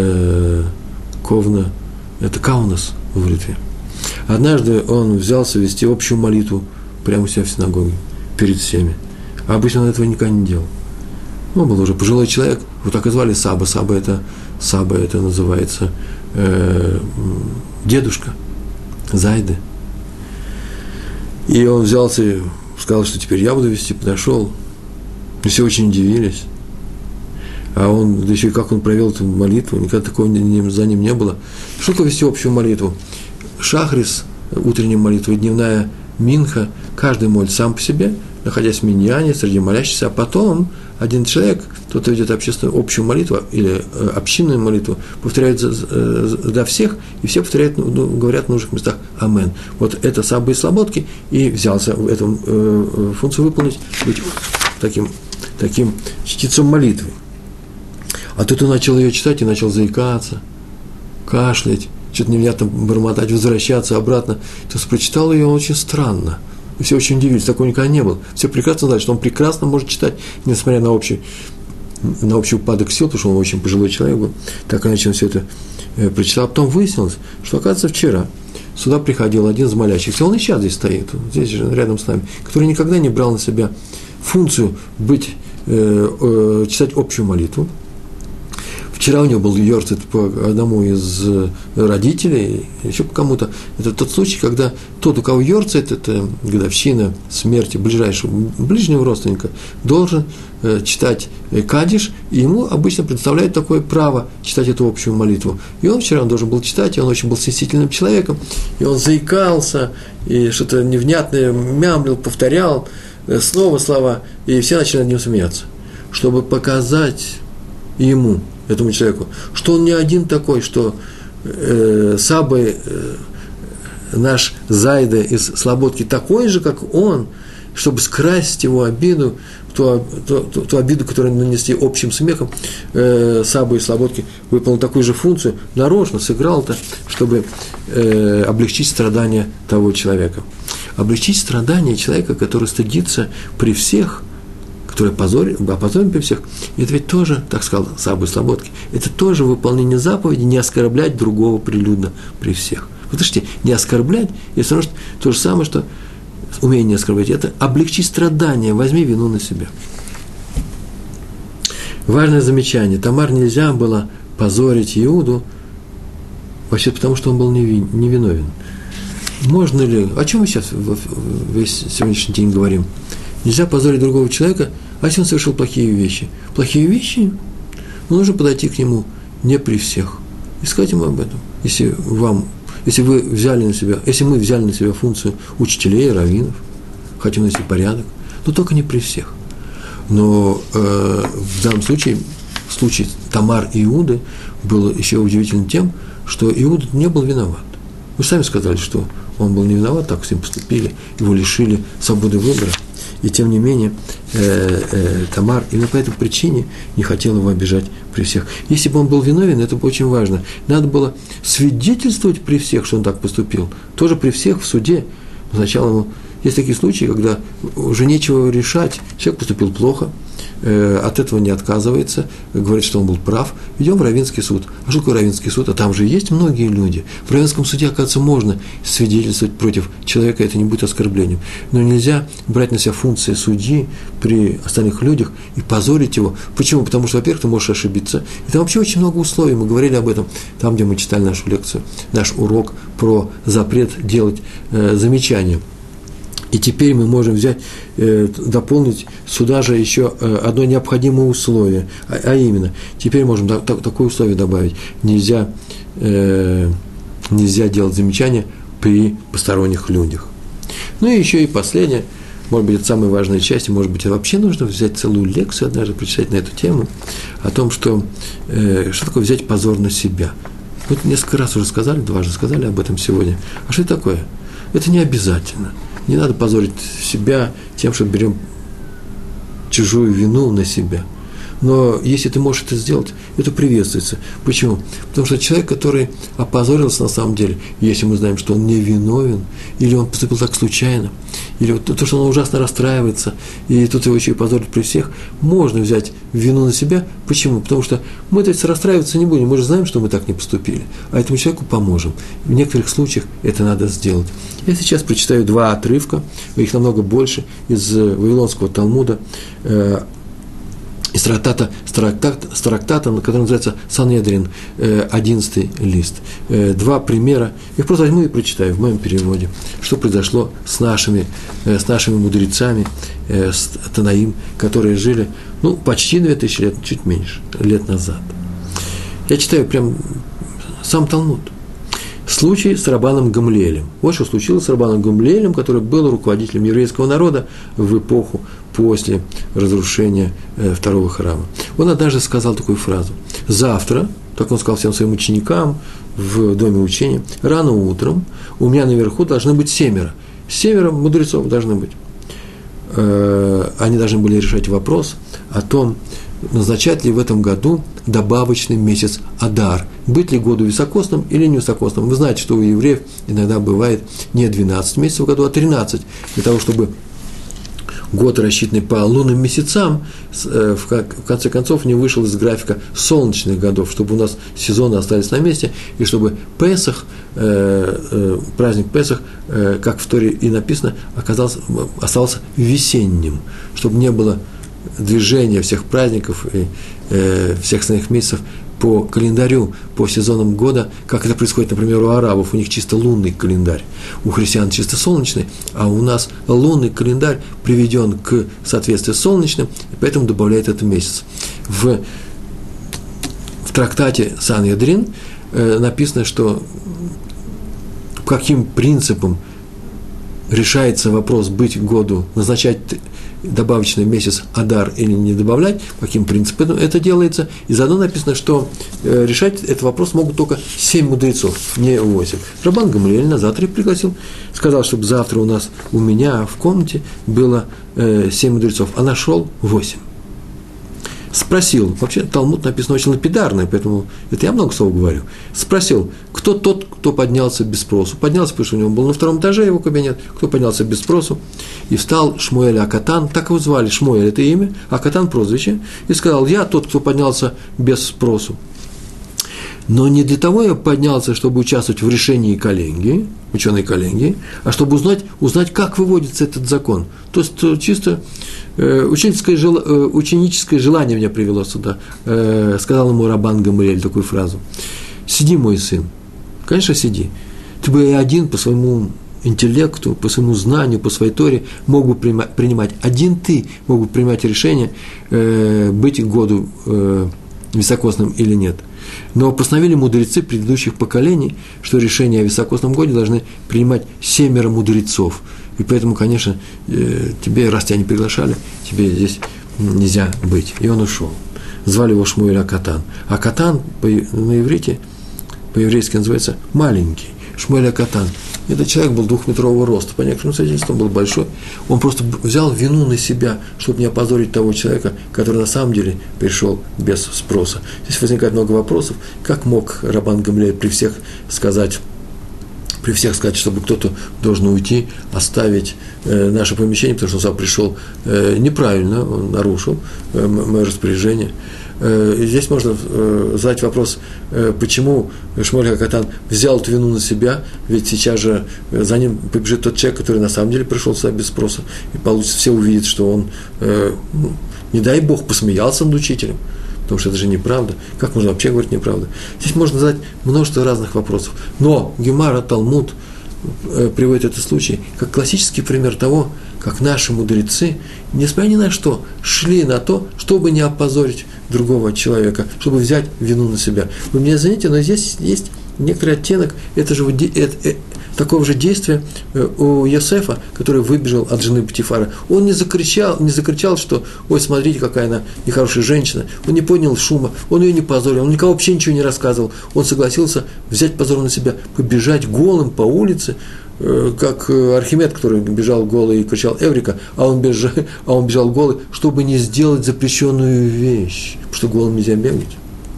это Каунас в Литве. Однажды он взялся вести общую молитву прямо у себя в синагоге, перед всеми. А обычно он этого никогда не делал. Он был уже пожилой человек, его так и звали Саба. Саба это называется дедушка Зайды. И он взялся и сказал, что теперь я буду вести, подошел. И все очень удивились. А он, да еще и как он провел эту молитву, никогда такого за ним не было. Что такое вести общую молитву? Шахрис, утренняя молитва, дневная минха, каждый молит сам по себе, находясь в миньяне, среди молящихся, а потом один человек, кто-то ведет общую молитву или общинную молитву, повторяет за всех, и все повторяют, говорят в нужных местах «Амен». Вот это Саба из Слободки и взялся эту функцию выполнить, быть таким чтецом молитвы. А тут он начал ее читать и начал заикаться, кашлять, что-то невнятно бормотать, возвращаться обратно. То есть прочитал ее очень странно. И все очень удивились, такого никогда не было. Все прекрасно знали, что он прекрасно может читать, несмотря на общий упадок сил, потому что он очень пожилой человек был. Так иначе он все это прочитал. А потом выяснилось, что, оказывается, вчера сюда приходил один из молящихся. Он и сейчас здесь стоит, здесь же рядом с нами, который никогда не брал на себя функцию читать общую молитву. Вчера у него был йорцайт по одному из родителей, еще по кому-то. Это тот случай, когда тот, у кого йорцайт, это годовщина смерти ближнего родственника, должен читать кадиш, и ему обычно предоставляют такое право читать эту общую молитву. И он вчера должен был читать, и он очень был сенситивным человеком, и он заикался, и что-то невнятное мямлил, повторял, снова слова, и все начали над ним смеяться, чтобы показать ему, этому человеку, что он не один такой, что Саба, наш Зайда из Слободки, такой же, как он, чтобы скрасить его обиду, ту обиду, которую нанесли общим смехом, Саба из Слободки выполнил такую же функцию, нарочно сыграл это, чтобы облегчить страдания того человека. Облегчить страдания человека, который стыдится при всех, который опозорен при всех, это ведь тоже, так сказал Саба из Слободки, это тоже выполнение заповеди не оскорблять другого прилюдно при всех. Вы слышите, не оскорблять, это все равно то же самое, что умение не оскорблять, это облегчить страдания, возьми вину на себя. Важное замечание. Тамар нельзя было позорить Иуду, вообще потому, что он был невиновен. Можно ли, о чем мы сейчас весь сегодняшний день говорим? Нельзя позорить другого человека, а если он совершил плохие вещи? Плохие вещи? Ну, нужно подойти к нему не при всех и сказать ему об этом. Если мы взяли на себя функцию учителей, раввинов, хотим навести порядок, но только не при всех. Но в данном случае, в случае Тамар и Иуды, было еще удивительным тем, что Иуда не был виноват. Вы сами сказали, что он был не виноват, так с ним поступили, его лишили свободы выбора. И тем не менее, Тамар именно по этой причине не хотел его обижать при всех. Если бы он был виновен, это было очень важно. Надо было свидетельствовать при всех, что он так поступил. Тоже при всех в суде. Сначала ему... Есть такие случаи, когда уже нечего решать. Человек поступил плохо, от этого не отказывается, говорит, что он был прав. Идем в раввинский суд. А что такое раввинский суд? А там же есть многие люди. В раввинском суде, оказывается, можно свидетельствовать против человека, это не будет оскорблением. Но нельзя брать на себя функции судьи при остальных людях и позорить его. Почему? Потому что, во-первых, ты можешь ошибиться. И там вообще очень много условий. Мы говорили об этом там, где мы читали нашу лекцию, наш урок про запрет делать замечания. И теперь мы можем взять, дополнить сюда же еще одно необходимое условие, а именно, теперь можем такое условие добавить, нельзя делать замечания при посторонних людях. Ну и еще и последнее, может быть, это самая важная часть, может быть, вообще нужно взять целую лекцию однажды, прочитать на эту тему, о том, что такое взять позор на себя. Вот несколько раз уже сказали, дважды сказали об этом сегодня. А что это такое? Это не обязательно. Не надо позорить себя тем, что берем чужую вину на себя. Но если ты можешь это сделать, это приветствуется. Почему? Потому что человек, который опозорился на самом деле, если мы знаем, что он не виновен, или он поступил так случайно, или вот то, что он ужасно расстраивается, и тут его еще и позорить при всех, можно взять вину на себя. Почему? Потому что мы-то расстраиваться не будем, мы же знаем, что мы так не поступили, а этому человеку поможем. В некоторых случаях это надо сделать. Я сейчас прочитаю два отрывка, их намного больше, из Вавилонского Талмуда, из трактата, который называется Санедрин, 11 лист. Два примера, я их просто возьму и прочитаю в моем переводе, что произошло с нашими мудрецами, с Танаим, которые жили, почти 2000 лет, чуть меньше, лет назад. Я читаю прям сам Талмуд. Случай с Рабаном Гамлиэлем. Вот что случилось с Рабаном Гамлиэлем, который был руководителем еврейского народа в эпоху после разрушения второго храма. Он однажды сказал такую фразу: «Завтра», так он сказал всем своим ученикам в доме учения, «рано утром у меня наверху должны быть 7 мудрецов должны быть». Они должны были решать вопрос о том, назначать ли в этом году добавочный месяц Адар, быть ли году високосным или не високосным. Вы знаете, что у евреев иногда бывает не 12 месяцев в году, а 13, для того, чтобы год, рассчитанный по лунным месяцам, в конце концов не вышел из графика солнечных годов, чтобы у нас сезоны остались на месте, и чтобы Песах, праздник Песах, как в Торе и написано, остался весенним, чтобы не было движения всех праздников и всех остальных месяцев по календарю, по сезонам года, как это происходит, например, у арабов, у них чисто лунный календарь, у христиан чисто солнечный, а у нас лунный календарь приведен к соответствию с солнечным, и поэтому добавляет этот месяц. В трактате Санедрин написано, что каким принципом решается вопрос быть году, назначать добавочный месяц Адар или не добавлять, по каким принципам это делается, и заодно написано, что решать этот вопрос могут только 7 мудрецов, не 8. Рабан Гамлиэль на завтра их пригласил, сказал, чтобы завтра у меня в комнате было 7 мудрецов, а нашел 8. Спросил, вообще Талмуд написано очень лапидарно, поэтому это я много слов говорю. Спросил, кто тот, кто поднялся без спросу. Поднялся, потому что у него был на 2-м этаже его кабинет, кто поднялся без спросу. И встал Шмуэль Акатан, так его звали, Шмуэль это имя, Акатан прозвище, и сказал, я тот, кто поднялся без спросу. Но не для того я поднялся, чтобы участвовать в решении коллегии, ученой коллегии, а чтобы узнать, как выводится этот закон. То есть чисто ученическое желание меня привело сюда. Сказал ему Рабан Гамлиэль такую фразу. «Сиди, мой сын». Конечно, сиди. Ты бы один по своему интеллекту, по своему знанию, по своей Торе мог бы принимать. Один ты мог бы принимать решение, быть году високосным или нет. Но постановили мудрецы предыдущих поколений, что решение о високосном годе должны принимать 7 мудрецов. И поэтому, конечно, тебе, раз тебя не приглашали, тебе здесь нельзя быть. И он ушел. Звали его Шмуэль Акатан. Акатан на иврите, по-еврейски называется маленький. Шмуэль Акатан. Этот человек был 2-метрового роста, по некоторым свидетельствам был большой. Он просто взял вину на себя, чтобы не опозорить того человека, который на самом деле пришел без спроса. Здесь возникает много вопросов. Как мог Рабан Гамлиэль при всех сказать, чтобы кто-то должен уйти, оставить наше помещение, потому что он сам пришел неправильно, он нарушил мое распоряжение. И здесь можно задать вопрос, почему Шмуэль Акатан взял эту вину на себя, ведь сейчас же за ним побежит тот человек, который на самом деле пришел сюда без спроса, и получится, все увидят, что он, не дай Бог, посмеялся над учителем, потому что это же неправда. Как можно вообще говорить неправду? Здесь можно задать множество разных вопросов. Но Гемара, Талмуд приводит этот случай как классический пример того, как наши мудрецы, несмотря ни на что, шли на то, чтобы не опозорить другого человека, чтобы взять вину на себя. Вы меня извините, но здесь есть некоторый оттенок такого же действия у Йосефа, который выбежал от жены Потифара. Он не закричал, что «Ой, смотрите, какая она нехорошая женщина». Он не поднял шума, он ее не позорил, он никому вообще ничего не рассказывал. Он согласился взять позор на себя, побежать голым по улице, как Архимед, который бежал голый и кричал «Эврика», а он бежал голый, чтобы не сделать запрещенную вещь, потому что голым нельзя бегать.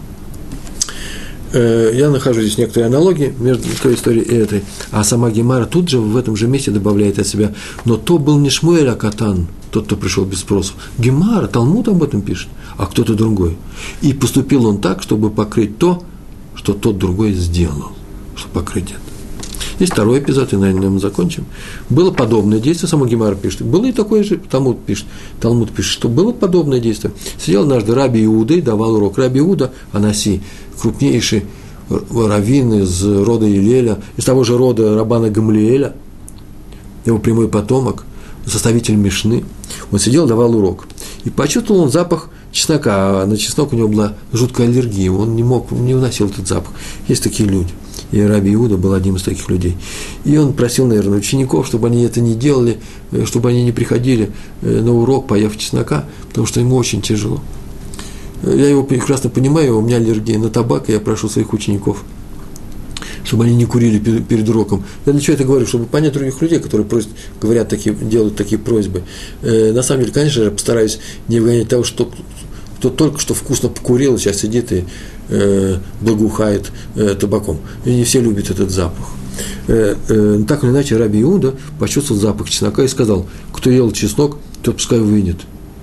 Я нахожу здесь некоторые аналогии между той историей и этой. А сама Гемара тут же, в этом же месте добавляет от себя. Но то был не Шмуэль Акатан, тот, кто пришел без спросу. Гемара, Талмуд об этом пишет, а кто-то другой. И поступил он так, чтобы покрыть то, что тот другой сделал, чтобы покрыть это. Есть второй эпизод, и на нем мы закончим. Было подобное действие, сама Гемара пишет. Было и такое же, Талмуд пишет, что было подобное действие. Сидел однажды Раби Иуда и давал урок. Раби Иуда, Анаси, крупнейший раввин из рода Илеля, из того же рода Рабана Гамлиэля, его прямой потомок, составитель Мишны. Он сидел, давал урок. И почувствовал он запах чеснока, а на чеснок у него была жуткая аллергия, он не уносил этот запах. Есть такие люди. И Раби Иуда был одним из таких людей. И он просил, наверное, учеников, чтобы они это не делали, чтобы они не приходили на урок, поев чеснока, потому что ему очень тяжело. Я его прекрасно понимаю, у меня аллергия на табак, и я прошу своих учеников, чтобы они не курили перед уроком. Я для чего это говорю? Чтобы понять других людей, которые делают такие просьбы. На самом деле, конечно же, постараюсь не выгонять того, кто только что вкусно покурил, сейчас сидит и благоухает табаком. И не все любят этот запах. Так или иначе, Раби Иуда почувствовал запах чеснока и сказал, кто ел чеснок, тот пускай выйдет.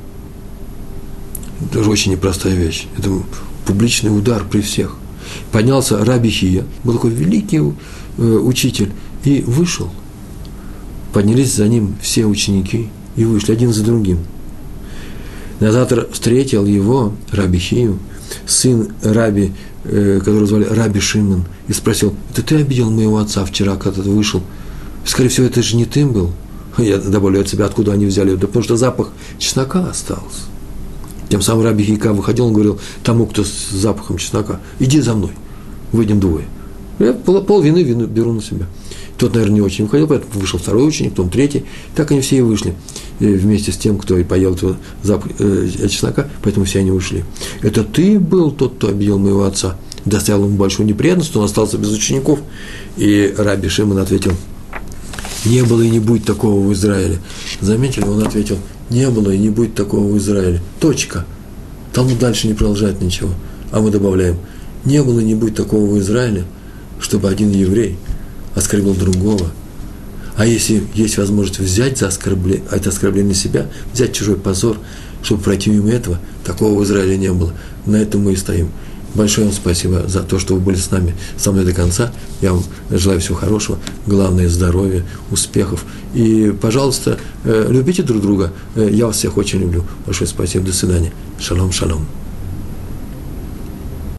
Это же очень непростая вещь. Это публичный удар при всех. Поднялся Раби Хия, был такой великий учитель, и вышел. Поднялись за ним все ученики и вышли один за другим. На завтра встретил его, Раби Хию, сын Раби, которого звали Раби Шимон, и спросил, это ты обидел моего отца вчера, когда ты вышел? Скорее всего, это же не ты был. Я добавлю от себя, откуда они взяли. Да потому что запах чеснока остался. Тем самым Раби Хия выходил, он говорил тому, кто с запахом чеснока, иди за мной, выйдем двое. Я пол вины беру на себя. Тот, наверное, не очень уходил, поэтому вышел второй ученик, потом третий. Так они все и вышли вместе с тем, кто и поел этого чеснока, поэтому все они ушли. Это ты был тот, кто обидел моего отца, доставил ему большую неприятность, он остался без учеников. И Раби Шимон ответил: не было и не будет такого в Израиле. Заметили, он ответил: не было и не будет такого в Израиле. Точка. Талмуд дальше не продолжает ничего. А мы добавляем: не было и не будет такого в Израиле, чтобы один еврей оскорбил другого. А если есть возможность взять это оскорбление на себя, взять чужой позор, чтобы пройти мимо этого, такого в Израиле не было. На этом мы и стоим. Большое вам спасибо за то, что вы были со мной до конца. Я вам желаю всего хорошего, главное – здоровья, успехов. И, пожалуйста, любите друг друга. Я вас всех очень люблю. Большое спасибо. До свидания. Шалом, шалом.